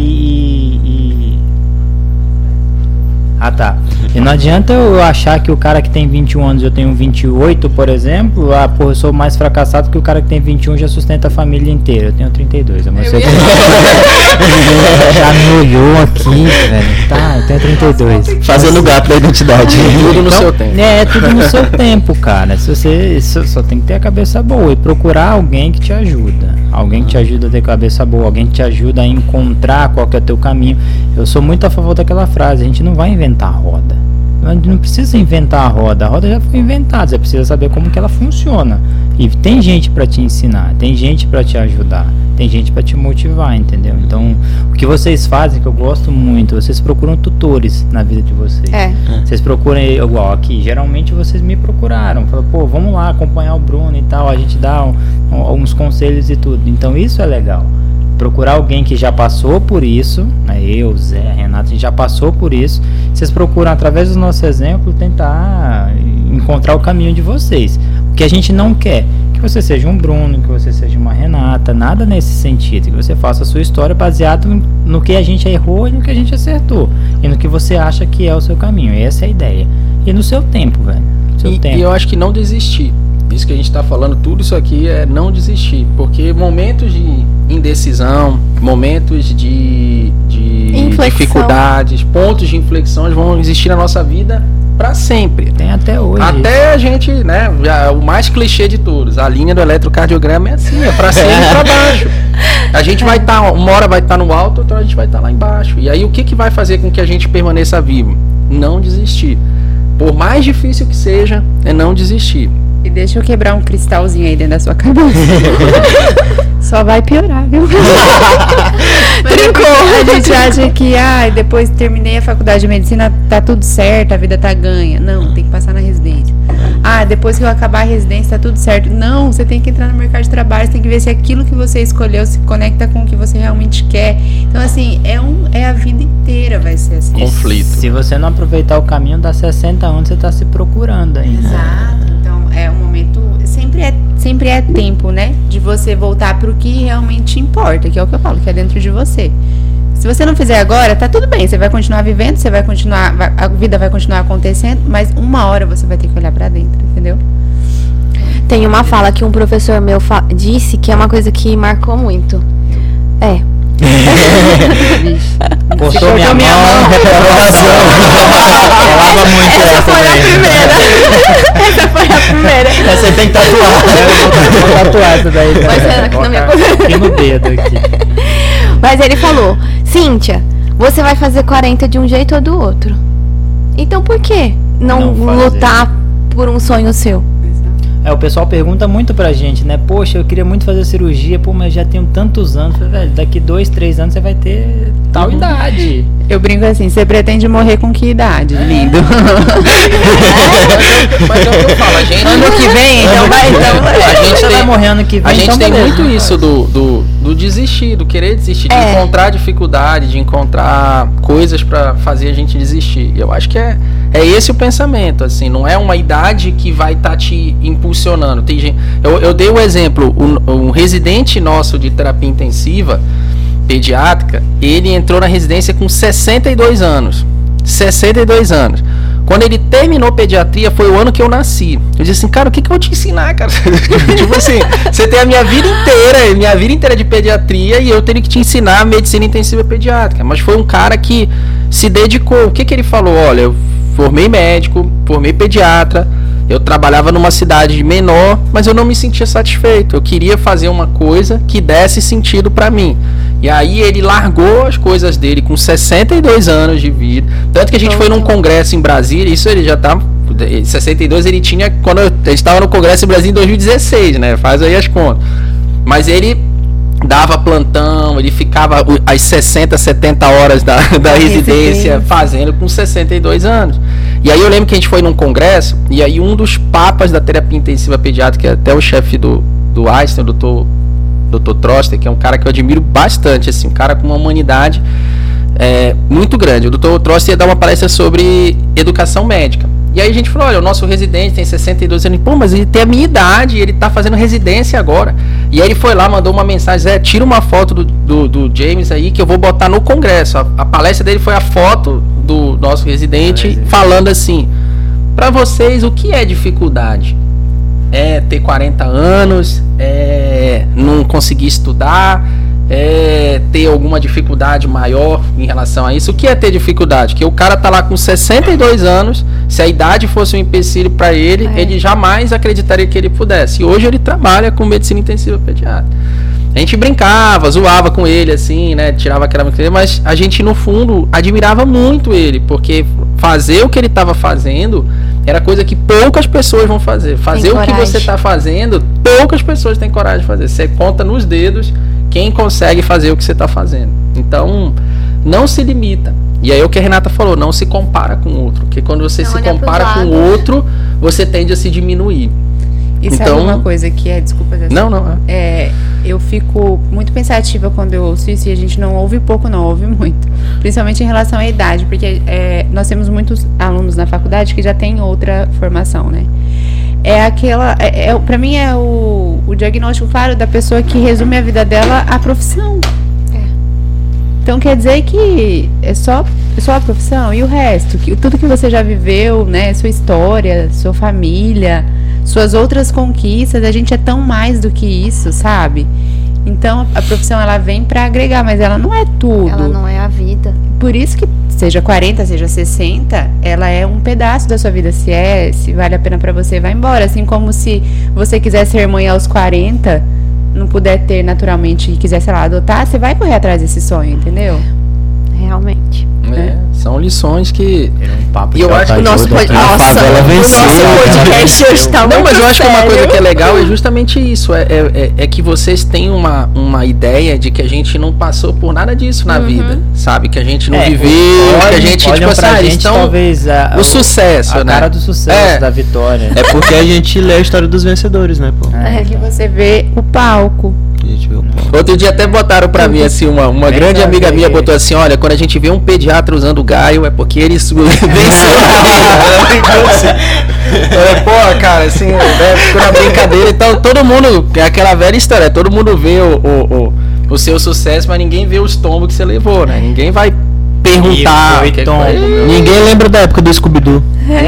Ah, tá. E não adianta eu achar que o cara que tem 21 anos eu tenho 28, por exemplo, eu sou mais fracassado que o cara que tem 21 já sustenta a família inteira. Eu tenho 32, mas você já me olhou aqui, velho. Tá, eu tenho 32. Fazendo gato da identidade. Tudo no seu tempo. Tudo no seu tempo, cara. Se você só tem que ter a cabeça boa e procurar alguém que te ajuda. Alguém que te ajuda a ter cabeça boa, alguém que te ajuda a encontrar qual que é o teu caminho. Eu sou muito a favor daquela frase, a gente não vai inventar a roda. A gente não precisa inventar a roda já foi inventada, você precisa saber como que ela funciona. E tem gente para te ensinar, tem gente para te ajudar, tem gente para te motivar, entendeu? Então, o que vocês fazem, que eu gosto muito, vocês procuram tutores na vida de vocês. Vocês procuram, igual aqui, geralmente vocês me procuraram, falaram, pô, vamos lá acompanhar o Bruno e tal, a gente dá uns conselhos e tudo. Então, isso é legal. Procurar alguém que já passou por isso, né? Eu, Zé, Renato, a gente já passou por isso. Vocês procuram, através do nosso exemplo, tentar encontrar o caminho de vocês. O que a gente não quer, que você seja um Bruno, que você seja uma Renata, nada nesse sentido. Que você faça a sua história baseado no que a gente errou e no que a gente acertou. E no que você acha que é o seu caminho. Essa é a ideia. E no seu tempo, velho. E eu acho que não desistir. Isso que a gente está falando, tudo isso aqui é não desistir, porque momentos de indecisão, momentos de dificuldades, pontos de inflexão vão existir na nossa vida para sempre. Tem até hoje. Até a gente, né, o mais clichê de todos, a linha do eletrocardiograma é assim, é para cima e para baixo. A gente vai estar, uma hora vai estar no alto, outra hora a gente vai estar lá embaixo. E aí o que vai fazer com que a gente permaneça vivo? Não desistir. Por mais difícil que seja, é não desistir. E deixa eu quebrar um cristalzinho aí dentro da sua cabeça. Só vai piorar, viu? Trincou. A gente acha que, depois terminei a faculdade de medicina, tá tudo certo, a vida tá ganha. Não, tem que passar na residência. Depois que eu acabar a residência, tá tudo certo. Não, você tem que entrar no mercado de trabalho, você tem que ver se aquilo que você escolheu se conecta com o que você realmente quer. Então, assim, é a vida inteira vai ser assim. Conflito. Se você não aproveitar o caminho, dá 60 anos, você tá se procurando ainda. Exato. Então, é um momento, sempre é tempo, né, de você voltar pro que realmente importa, que é o que eu falo, que é dentro de você. Se você não fizer agora, tá tudo bem, você vai continuar vivendo, a vida vai continuar acontecendo, mas uma hora você vai ter que olhar pra dentro, entendeu? Tem uma fala que um professor meu disse que é uma coisa que marcou muito. Cortou minha mão, reprovação. Falava muito essa daí. Essa foi a primeira. Essa aí tem que tatuar. Vou tatuar essa daí. Vai ser aqui na minha aqui no dedo aqui. Mas ele falou: Cíntia, você vai fazer 40 de um jeito ou do outro. Então por que não lutar por um sonho seu? O pessoal pergunta muito pra gente, né? Poxa, eu queria muito fazer cirurgia, mas já tenho tantos anos. Velho, daqui 2, 3 anos você vai ter tal idade. Eu brinco assim, você pretende morrer com que idade? Lindo. Mas é o que eu falo, a gente... Ano que vem, então vai. A gente vai morrer ano que vem. A gente então tem beleza. muito isso do desistir, do querer desistir, de encontrar dificuldade, de encontrar coisas pra fazer a gente desistir. E eu acho que é esse o pensamento, assim, não é uma idade que vai estar te impulsionando. Tem gente, eu dei um exemplo, um residente nosso de terapia intensiva pediátrica, ele entrou na residência com 62 anos. 62 anos. Quando ele terminou pediatria, foi o ano que eu nasci. Eu disse assim, cara, o que eu vou te ensinar, cara? Tipo assim, você tem a minha vida inteira de pediatria e eu tenho que te ensinar a medicina intensiva pediátrica. Mas foi um cara que se dedicou. O que ele falou? Olha, eu formei médico, formei pediatra, eu trabalhava numa cidade menor, mas eu não me sentia satisfeito. Eu queria fazer uma coisa que desse sentido pra mim. E aí ele largou as coisas dele com 62 anos de vida. Tanto que a gente foi num congresso em Brasília, isso ele já tá... 62 ele tinha quando eu estava no congresso em Brasília em 2016, né? Faz aí as contas. Mas ele dava plantão, ele ficava as 60, 70 horas da residência fazendo com 62 anos. E aí eu lembro que a gente foi num congresso, e aí um dos papas da terapia intensiva pediátrica, até o chefe do Einstein, o Dr. Troster, que é um cara que eu admiro bastante, assim, um cara com uma humanidade muito grande. O Dr. Troster ia dar uma palestra sobre educação médica. E aí a gente falou, olha, o nosso residente tem 62 anos, mas ele tem a minha idade, ele tá fazendo residência agora. E aí ele foi lá, mandou uma mensagem, tira uma foto do James aí, que eu vou botar no congresso. A palestra dele foi a foto do nosso residente, falando assim, pra vocês, o que é dificuldade? É ter 40 anos, é não conseguir estudar, é ter alguma dificuldade maior em relação a isso. O que é ter dificuldade? Que o cara tá lá com 62 anos, se a idade fosse um empecilho para ele, ele jamais acreditaria que ele pudesse. E hoje ele trabalha com medicina intensiva pediátrica. A gente brincava, zoava com ele, assim, né? Tirava aquela brincadeira, mas a gente, no fundo, admirava muito ele, porque fazer o que ele estava fazendo era coisa que poucas pessoas vão fazer. Fazer o que você está fazendo, poucas pessoas têm coragem de fazer. Você conta nos dedos quem consegue fazer o que você está fazendo. Então, não se limita. E aí o que a Renata falou, não se compara com o outro. Porque quando você se compara com o outro, você tende a se diminuir. Isso é uma coisa que desculpa. Eu fico muito pensativa quando eu ouço isso, e a gente não ouve pouco, não ouve muito. Principalmente em relação à idade, porque nós temos muitos alunos na faculdade que já têm outra formação, né? Pra mim é o diagnóstico claro da pessoa que resume a vida dela à profissão. Então quer dizer que é só a profissão e o resto, tudo que você já viveu, né? Sua história, sua família, suas outras conquistas, a gente é tão mais do que isso, sabe? Então a profissão ela vem para agregar, mas ela não é tudo. Ela não é a vida. Por isso que seja 40, seja 60, ela é um pedaço da sua vida. Se vale a pena para você, vai embora. Assim como se você quiser ser mãe aos 40, não puder ter naturalmente e quiser, sei lá, adotar, você vai correr atrás desse sonho, entendeu? Realmente. São lições que... papo E eu acho que o nosso podcast hoje tá Não, muito mas eu acho que uma coisa sério. que é legal é justamente isso. É que vocês têm uma ideia de que a gente não passou por nada disso na vida, sabe? Que a gente não viveu, que a gente, tipo assim, pra eles gente, estão... talvez o sucesso, a né? cara do sucesso, da vitória. É porque a gente lê a história dos vencedores, né, pô? É que você vê o palco. A gente vê o pô. Outro dia até botaram pra mim, assim, uma grande amiga minha botou assim, olha, quando a gente vê um pediatra usando gaio, é porque ele venceu pô, cara, assim, ficou na brincadeira, então todo mundo, é aquela velha história, todo mundo vê o seu sucesso, mas ninguém vê os tombos que você levou, né? Ninguém vai perguntar. Ninguém lembra da época do Scooby-Doo.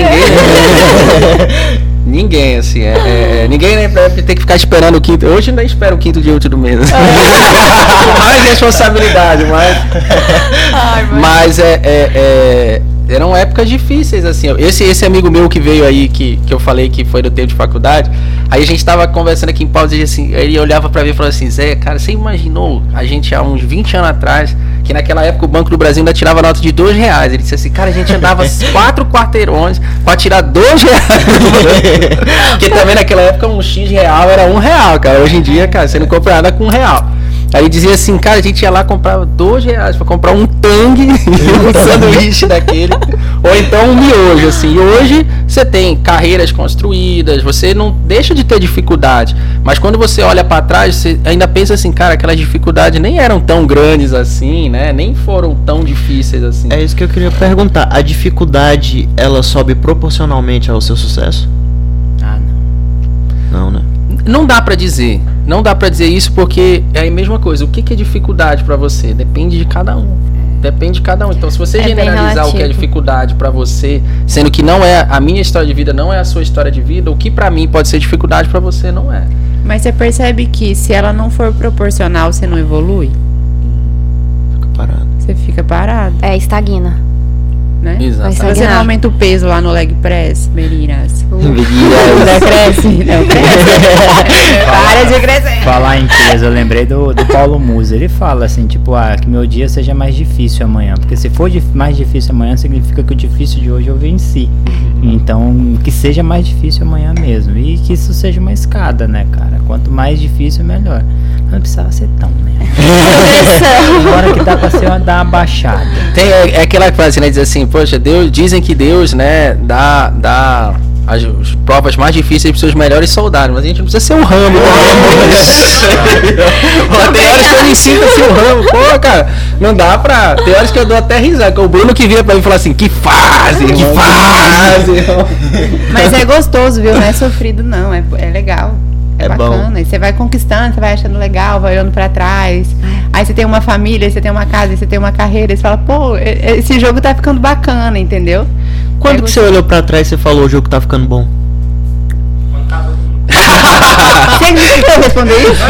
Ninguém, assim, ninguém deve ter que ficar esperando o quinto. Hoje ainda espero o quinto dia útil do mês. Com mais responsabilidade, mas eram épocas difíceis, assim. Esse amigo meu que veio aí, que eu falei que foi do tempo de faculdade, aí a gente tava conversando aqui em pausa e assim, ele olhava pra mim e falou assim, Zé, cara, você imaginou a gente há uns 20 anos atrás, que naquela época o Banco do Brasil ainda tirava nota de R$2. Ele disse assim, cara, a gente andava 4 quarteirões pra tirar R$2. Porque também naquela época um X real era R$1, cara. Hoje em dia, cara, você não compra nada com R$1. Aí ele dizia assim, cara, a gente ia lá comprava R$2 pra comprar um tangue e um sanduíche daquele, ou então um miojo, assim. E hoje você tem carreiras construídas, você não deixa de ter dificuldade, mas quando você olha pra trás, você ainda pensa assim, cara, aquelas dificuldades nem eram tão grandes assim, né? Nem foram tão difíceis assim. É isso que eu queria perguntar. A dificuldade, ela sobe proporcionalmente ao seu sucesso? Ah, não. Não, né? Não dá pra dizer. Não dá pra dizer isso porque é a mesma coisa. O que é dificuldade pra você? Depende de cada um. Depende de cada um. Então, se você generalizar o que é dificuldade pra você, sendo que não é a minha história de vida, não é a sua história de vida, o que pra mim pode ser dificuldade pra você não é. Mas você percebe que se ela não for proporcional, você não evolui? Fica parado. Você fica parado, Estagna. né? Exato. Se você não aumenta o peso lá no leg press, meninas. Meninas. Não cresce. Não cresce. Para de crescer. Falar em peso, eu lembrei do Paulo Musa. Ele fala assim, tipo, que meu dia seja mais difícil amanhã. Porque se for mais difícil amanhã, significa que o difícil de hoje eu venci. Então, que seja mais difícil amanhã mesmo. E que isso seja uma escada, né, cara? Quanto mais difícil, melhor. Mas não precisava ser tão, né? Agora que dá pra dar uma baixada. Tem aquela frase, né? Diz assim, poxa, dizem que Deus, né, dá as provas mais difíceis para os seus melhores soldados, mas a gente não precisa ser um Rambo. Tem horas que eu me sinto assim, um Rambo. Pô, cara, não dá pra... Tem horas que eu dou até risada. O Bruno que vira pra mim e fala assim, que fase. Mas é gostoso, viu? Não é sofrido, não. É legal. É bacana. Bom. E você vai conquistando, você vai achando legal, vai olhando pra trás. Aí você tem uma família, você tem uma casa, você tem uma carreira. E você fala, pô, esse jogo tá ficando bacana, entendeu? Quando que você olhou pra trás e você falou, o jogo tá ficando bom? Você quer responder isso?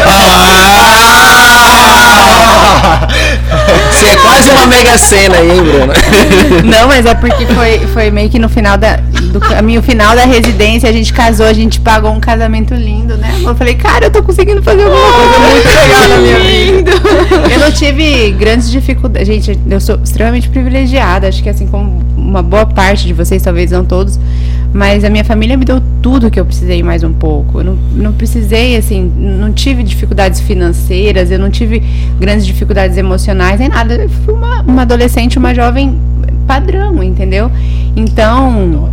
Você é quase uma mega cena aí, hein, Bruno? Não, mas é porque foi meio que no final do caminho final da residência, a gente casou, a gente pagou um casamento lindo, né? Eu falei, cara, eu tô conseguindo fazer alguma coisa muito legal na minha vida. Eu não tive grandes dificuldades. Gente, eu sou extremamente privilegiada, acho que assim como uma boa parte de vocês, talvez não todos, mas a minha família me deu tudo que eu precisei mais um pouco. Eu não precisei, assim, não tive dificuldades financeiras, eu não tive grandes dificuldades emocionais, nem nada. Eu fui uma adolescente, uma jovem padrão, entendeu? Então,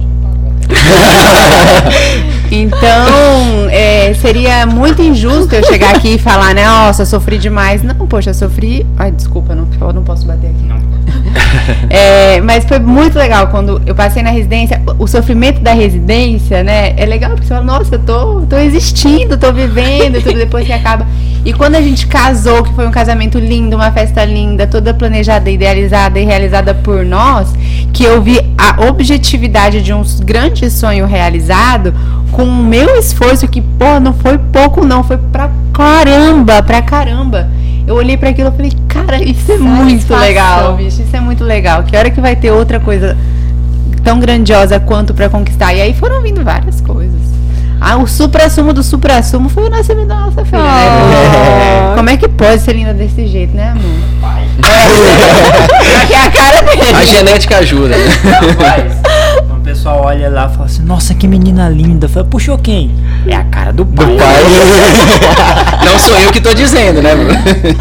seria muito injusto eu chegar aqui e falar, né, nossa, sofri demais. Não, poxa, sofri... Ai, desculpa, não posso bater aqui. Mas foi muito legal quando eu passei na residência. O sofrimento da residência, né? É legal porque você fala, nossa, eu tô existindo, tô vivendo, tudo depois que acaba. E quando a gente casou, que foi um casamento lindo, uma festa linda, toda planejada, idealizada e realizada por nós, que eu vi a objetividade de um grande sonho realizado com o meu esforço, que, pô, não foi pouco não, foi pra caramba. Eu olhei pra aquilo e falei, cara, isso é muito legal, bicho, isso é muito legal. Que hora que vai ter outra coisa tão grandiosa quanto pra conquistar? E aí foram vindo várias coisas. O supra-sumo do supra-sumo foi o nascimento da nossa filha, né? Como é que pode ser linda desse jeito, né, amor? Que é a cara dele. A genética ajuda. Rapaz, o pessoal olha lá e fala assim, nossa, que menina linda. Fala, puxou quem? É a cara do pai. Não sou eu que tô dizendo, né, Bruno?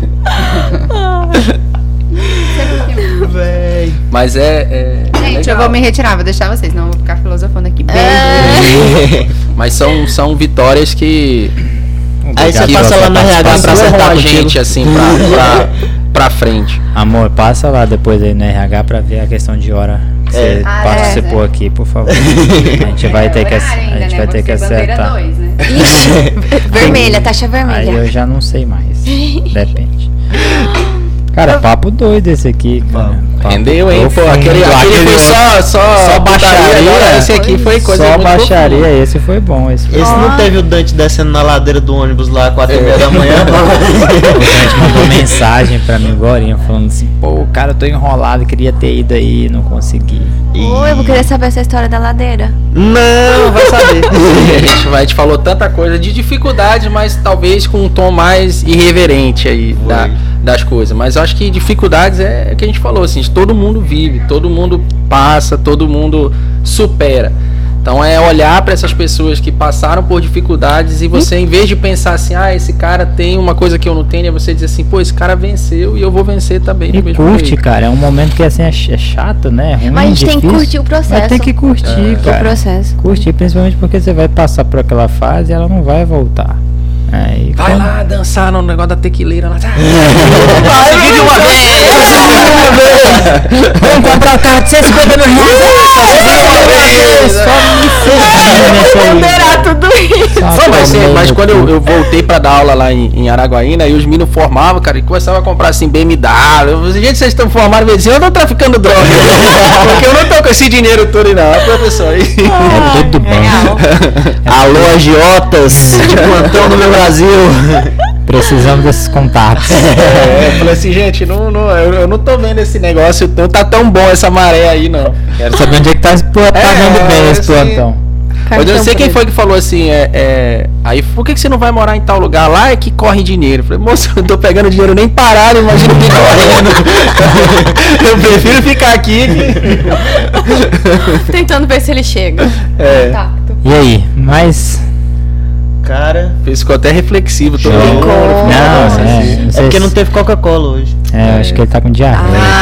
Mas Gente, eu vou me retirar, vou deixar vocês, senão eu vou ficar filosofando aqui. Mas são vitórias que... Aí você passa lá na RH pra acertar a gente, assim, pra frente. Amor, passa lá depois aí no RH pra ver a questão de hora que você participou aqui, por favor. A gente vai ter que acertar. 2, né? Ixi, vermelha, taxa vermelha. Aí eu já não sei mais. Depende. Cara, papo doido esse aqui, cara. Rendeu, hein? Pô, aquele foi só baixaria. Esse aqui foi coisa só muito baixaria, profunda. esse foi bom. Esse não teve o Dante descendo na ladeira do ônibus lá 4h30 da manhã. O Dante mandou mensagem pra mim agora, falando assim, pô, cara, eu tô enrolado, queria ter ido aí, não consegui. Eu vou querer saber essa história da ladeira. Não vai saber. A gente falou tanta coisa de dificuldade, mas talvez com um tom mais irreverente aí das coisas. Mas eu acho que dificuldades é o que a gente falou, assim, todo mundo vive, todo mundo passa, todo mundo supera. Então é olhar para essas pessoas que passaram por dificuldades e você, em vez de pensar assim, esse cara tem uma coisa que eu não tenho, é você dizer assim, pô, esse cara venceu e eu vou vencer também. E curte, jeito. Cara, é um momento que assim é chato, né? Ruim, mas a gente difícil, tem que curtir o processo. Mas tem que curtir, cara. O processo. Curtir, principalmente porque você vai passar por aquela fase e ela não vai voltar. Vai lá dançar no negócio da tequileira lá. Consegui de uma vez! Vamos comprar o carro de 150 mil reais! Só me ponderar tudo isso. Mas quando eu voltei pra dar aula lá em Araguaína, aí os meninos formavam, cara, e começavam a comprar assim BMW. Gente, vocês estão formados, eu não tô traficando droga. Porque eu não tô com esse dinheiro todo não, professor. É tudo bom. Alô, agiotas de plantão no meu Brasil. Precisamos desses contatos. Eu falei assim, gente, eu não tô vendo esse negócio, não tá tão bom essa maré aí, não. Quero saber onde é que tá pagando bem esse plantão. Eu não sei quem foi que falou assim, aí por que você não vai morar em tal lugar? Lá é que corre dinheiro. Eu falei, moço, eu não tô pegando dinheiro nem parado, imagina que correndo. Eu prefiro ficar aqui. Tentando ver se ele chega. E aí, mas... Cara, ficou até reflexivo. Tô não é porque não teve Coca-Cola hoje. Eu acho que ele tá com diarreia.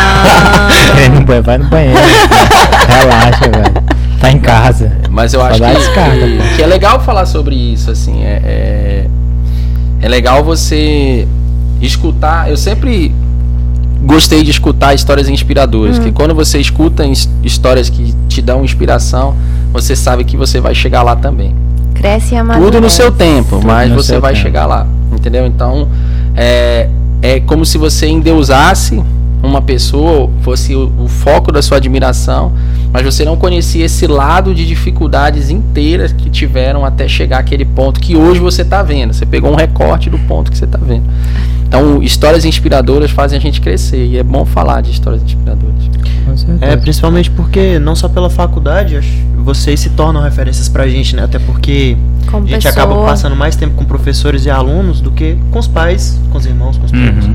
Vai no banheiro. Relaxa, velho. Tá em casa. Mas eu acho que é legal falar sobre isso, assim. É legal você escutar. Eu sempre gostei de escutar histórias inspiradoras. Que quando você escuta histórias que te dão inspiração, você sabe que você vai chegar lá também. Cresce e amadurece. Tudo no seu tempo, mas você vai chegar lá, entendeu? Então, é como se você endeusasse uma pessoa, fosse o foco da sua admiração, mas você não conhecia esse lado de dificuldades inteiras que tiveram até chegar àquele ponto que hoje você está vendo. Você pegou um recorte do ponto que você está vendo. Então, histórias inspiradoras fazem a gente crescer, e é bom falar de histórias inspiradoras. Principalmente porque não só pela faculdade, vocês se tornam referências pra gente, né? Até porque a gente acaba passando mais tempo com professores e alunos do que com os pais, com os irmãos, com os primos.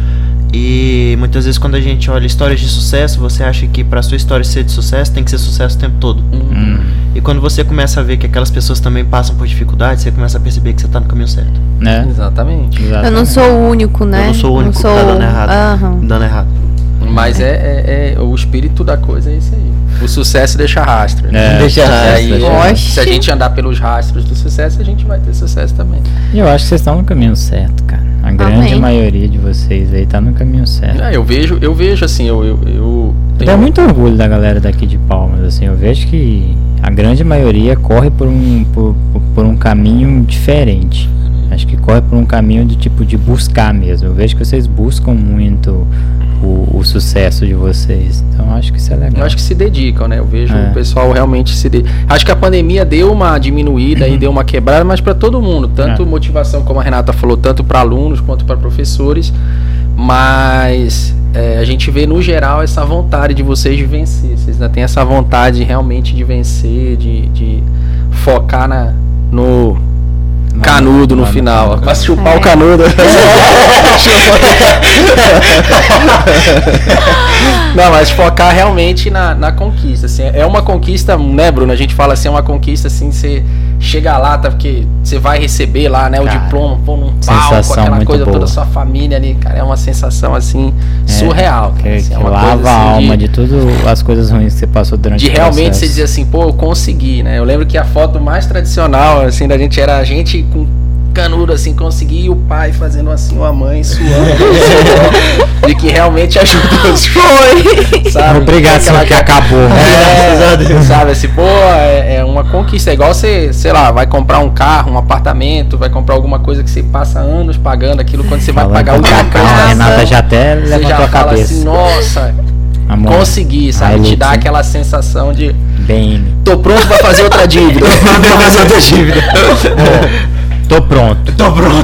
E muitas vezes quando a gente olha histórias de sucesso, você acha que pra sua história ser de sucesso, tem que ser sucesso o tempo todo. E quando você começa a ver que aquelas pessoas também passam por dificuldades, você começa a perceber que você tá no caminho certo. Exatamente. Eu não sou o único, né? Eu não sou o único que tá dando errado. Mas o espírito da coisa é esse aí. O sucesso deixa rastro. Deixa rastro. Se a gente andar pelos rastros do sucesso, a gente vai ter sucesso também. Eu acho que vocês estão no caminho certo, cara. grande Amém. maioria de vocês aí tá no caminho certo. Eu vejo assim, eu Eu tenho tenho muito orgulho da galera daqui de Palmas, assim, eu vejo que a grande maioria corre por um caminho diferente. Acho que corre por um caminho do tipo de buscar mesmo. Eu vejo que vocês buscam muito o sucesso de vocês. Então acho que isso é legal. Eu acho que se dedicam, né? Eu vejo o pessoal realmente se dedica. Acho que a pandemia deu uma diminuída e deu uma quebrada, mas para todo mundo, tanto motivação, como a Renata falou, tanto para alunos quanto para professores. Mas a gente vê no geral essa vontade de vocês de vencer. Vocês ainda têm essa vontade realmente de vencer, de focar no canudo no final. Pra chupar o canudo. Não, mas focar realmente na conquista. Assim, é uma conquista, né, Bruno? A gente fala assim, é uma conquista assim, você chega lá, tá? Porque você vai receber lá, né, o diploma, pô, num palco, aquela coisa toda, sua família ali, cara, é uma sensação assim, surreal. Cara, assim, que é uma lava coisa, assim, a alma de tudo as coisas ruins que você passou durante o processo. De realmente você dizer assim, pô, eu consegui, né? Eu lembro que a foto mais tradicional, assim, da gente era a gente com canudo, assim, conseguir, e o pai fazendo assim, uma mãe suando, de que realmente ajudou. Foi! Sabe? Obrigação que acabou. Sabe, assim, pô, é uma conquista. É igual você, sei lá, vai comprar um carro, um apartamento, vai comprar alguma coisa que você passa anos pagando aquilo, quando você vai pagar o carro. A Renata já até levantou a cabeça. Assim, nossa, amor, consegui, sabe? Te dá aquela sensação de tô pronto pra fazer outra dívida. Tô pronto.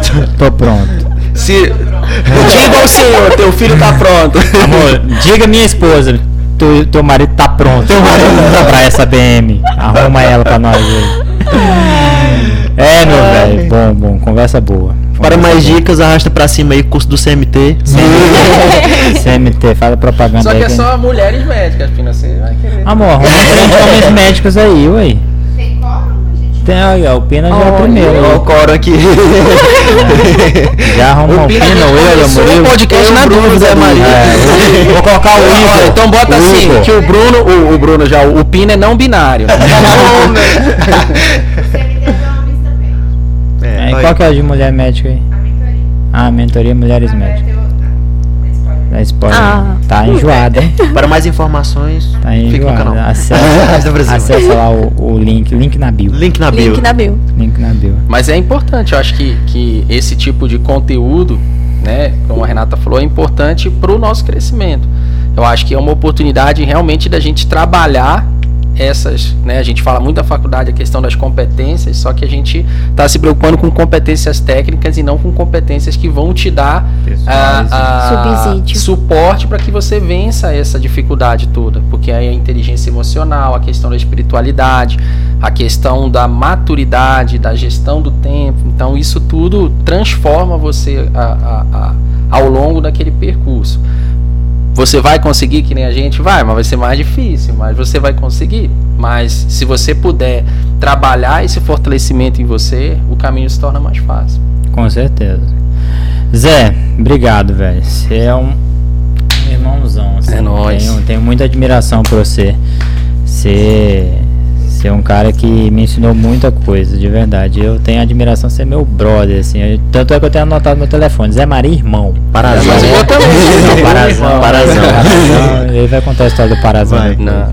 Diga ao senhor, teu filho tá pronto. Amor, diga minha esposa, teu marido tá pronto. Pra essa BM. Arruma ela pra nós aí. Meu velho. Bom, conversa boa. Para mais dicas, arrasta pra cima aí, curso do CMT. CMT, fala propaganda. Só que é só mulheres médicas, Pina, você vai querer. Amor, arruma homens médicos aí, ué. Tem quórum, gente? Tem aí, ó, o Pina já é o primeiro. Olha o coro aqui. Já arrumou o Pina, eu e o Murilo. Podcast na dúvida, Zé Maria. Vou colocar o Igor. Então bota assim, que o Bruno já, o Pina é não binário. Qual que é a de mulher médica aí? A mentoria Mulheres Médicas. Da spoiler. Tá enjoada, hein? Para mais informações, tá fica no canal. Acessa lá o link na bio. Link na bio. Mas é importante, eu acho que esse tipo de conteúdo, né, como a Renata falou, é importante para o nosso crescimento. Eu acho que é uma oportunidade realmente da gente trabalhar essas, né, a gente fala muito da faculdade, a questão das competências, só que a gente está se preocupando com competências técnicas e não com competências que vão te dar suporte para que você vença essa dificuldade toda, porque aí a inteligência emocional, a questão da espiritualidade, a questão da maturidade, da gestão do tempo, então isso tudo transforma você ao longo daquele percurso. Você vai conseguir, que nem a gente vai, mas vai ser mais difícil, mas você vai conseguir. Mas se você puder trabalhar esse fortalecimento em você, o caminho se torna mais fácil. Com certeza. Zé, obrigado, velho. Você é um irmãozão. Assim, é nóis. Tenho muita admiração por você. Você é um cara que me ensinou muita coisa, de verdade. Eu tenho admiração, você é meu brother, assim. Tanto é que eu tenho anotado no meu telefone, Zé Maria, irmão. Parazão. Mas eu vou também. Parazão. Ele vai contar a história do Parazão. Não.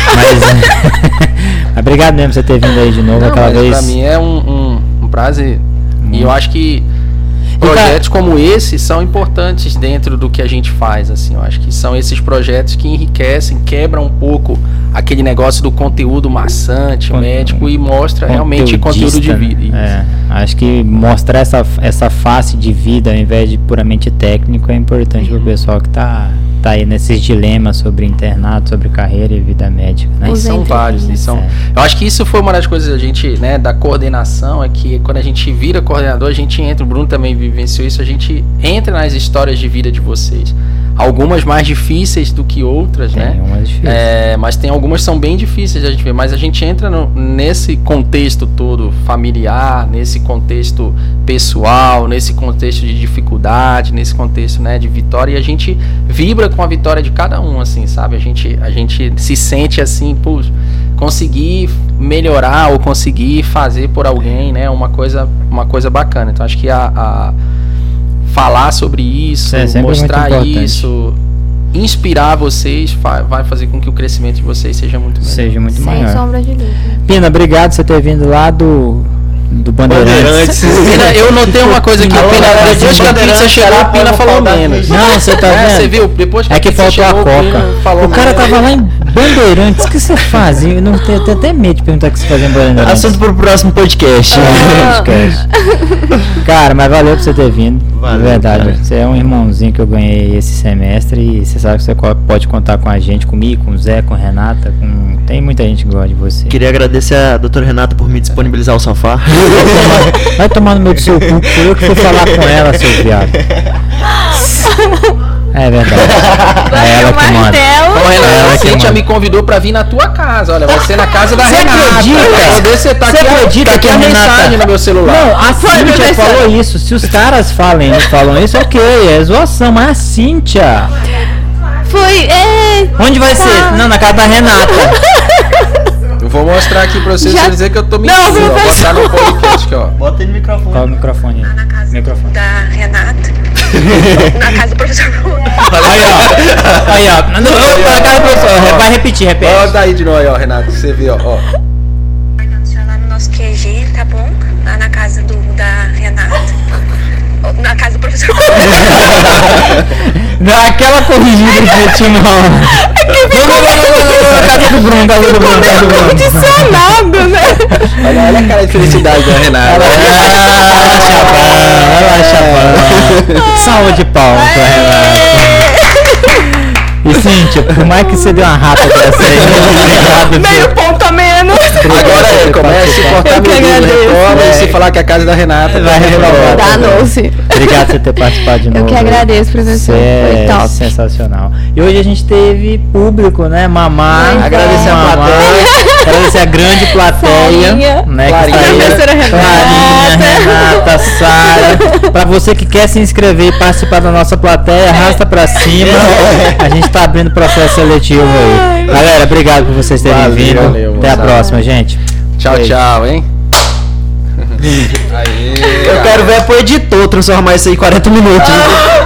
Mas obrigado mesmo por você ter vindo aí de novo aquela vez. Pra mim é um prazer. E eu acho que projetos como esse são importantes dentro do que a gente faz, assim. Eu acho que são esses projetos que enriquecem, quebram um pouco aquele negócio do conteúdo maçante, médico, e mostra realmente conteúdo de vida. Acho que mostrar essa face de vida ao invés de puramente técnico é importante pro pessoal que tá aí nesses dilemas sobre internato, sobre carreira e vida médica, né? E são vários. Eu acho que isso foi uma das coisas da gente, né, da coordenação, é que quando a gente vira coordenador, a gente entra, o Bruno também vivenciou isso, a gente entra nas histórias de vida de vocês. Algumas mais difíceis do que outras, né? Umas difíceis. Mas tem algumas que são bem difíceis de a gente ver, mas a gente entra nesse contexto todo familiar, nesse contexto pessoal, nesse contexto de dificuldade, nesse contexto, né, de vitória, e a gente vibra com a vitória de cada um, assim, sabe? A gente se sente assim, pô, conseguir melhorar ou conseguir fazer por alguém, né? Uma coisa bacana. Então acho que falar sobre isso, É sempre mostrar muito importante. isso, inspirar vocês, vai fazer com que o crescimento de vocês seja muito melhor. Seja muito Sem maior. sombra de dúvida. Pina, obrigado por você ter vindo lá do Bandeirantes. Pina, eu notei uma coisa aqui, Alô, Pina, galera, depois que a pizza chegou, a Pina falou menos. Não, você tá vendo? Você viu? Depois que É a que pizza faltou a chegou, Coca. Pina falou O cara menos. tava lá em Bandeirantes. O que você faz? Eu não tenho até medo de perguntar o que você faz em Bandeirantes. Assunto pro próximo podcast. Podcast. Cara, mas valeu por você ter vindo. Valeu, De verdade. cara. Você é um irmãozinho que eu ganhei esse semestre e você sabe que você pode contar com a gente, comigo, com o Zé, com a Renata, tem muita gente que gosta de você. Queria agradecer a doutora Renata por me disponibilizar o sofá. Vai tomar no meio do seu cu, foi eu que fui falar com ela, seu viado. É verdade. É ela que manda. Ô, Renata, Ela a que Cíntia manda. me convidou pra vir na tua casa. Olha, vai ser na casa da Você Renata. acredita? Pra poder você tá Você aqui, acredita tá aqui que a a Renata- mensagem no meu celular. Não, a Cíntia falou isso. Se os caras falam isso, ok, é zoação, mas a Cíntia. Foi. Onde vai ser? Não, na casa da Renata. Eu vou mostrar aqui pra vocês, Já- pra dizer que eu tô mentindo. Não, Ó, vou professor. botar no podcast aqui, ó. Bota aí no microfone. Qual o microfone aí? Na casa Microfone. da Renata. Na casa do professor Bruno. Aí, ó. Não, para cá, professor. Vai repetir, repete. Bota aí de novo aí, ó, Renato, pra você ver, ó. Já lá no nosso QG, tá bom? Lá na casa da Renata. Na casa do professor Bruno. Dá aquela corrigida de timão. Casa do Bruno, casa do Bruno, casa do Bruno. Condicionado, né? Olha a cara de felicidade da Renata. Olha lá, chapão. Salva de palmas pra Renata. E Cíntia, por mais que você deu uma rata dessa aí, obrigado, Meio ponto a menos. Agora é, começa a se portar Eu que meu Deus, agradeço. retorna e se falar que é a casa da Renata. Vai renovar. Danou-se. Obrigado por você ter participado de novo. Eu que agradeço, professor. Você Foi é top. sensacional. E hoje a gente teve público, né? Mamar. Pois é. Agradecer a plateia. Agradecer a grande plateia. Sarinha. Né, Clarinha. que tá aí. Professora Renata. Clarinha, Renata, Sara. Pra você que quer se inscrever e participar da nossa plateia, arrasta pra cima. A gente tá abrindo processo seletivo aí. Galera, obrigado por vocês terem Valeu, vindo. valeu, Até a moçada. próxima, gente. Tchau, Beijo. tchau, hein? Aí, Eu quero ver pro editor transformar isso aí em 40 minutos.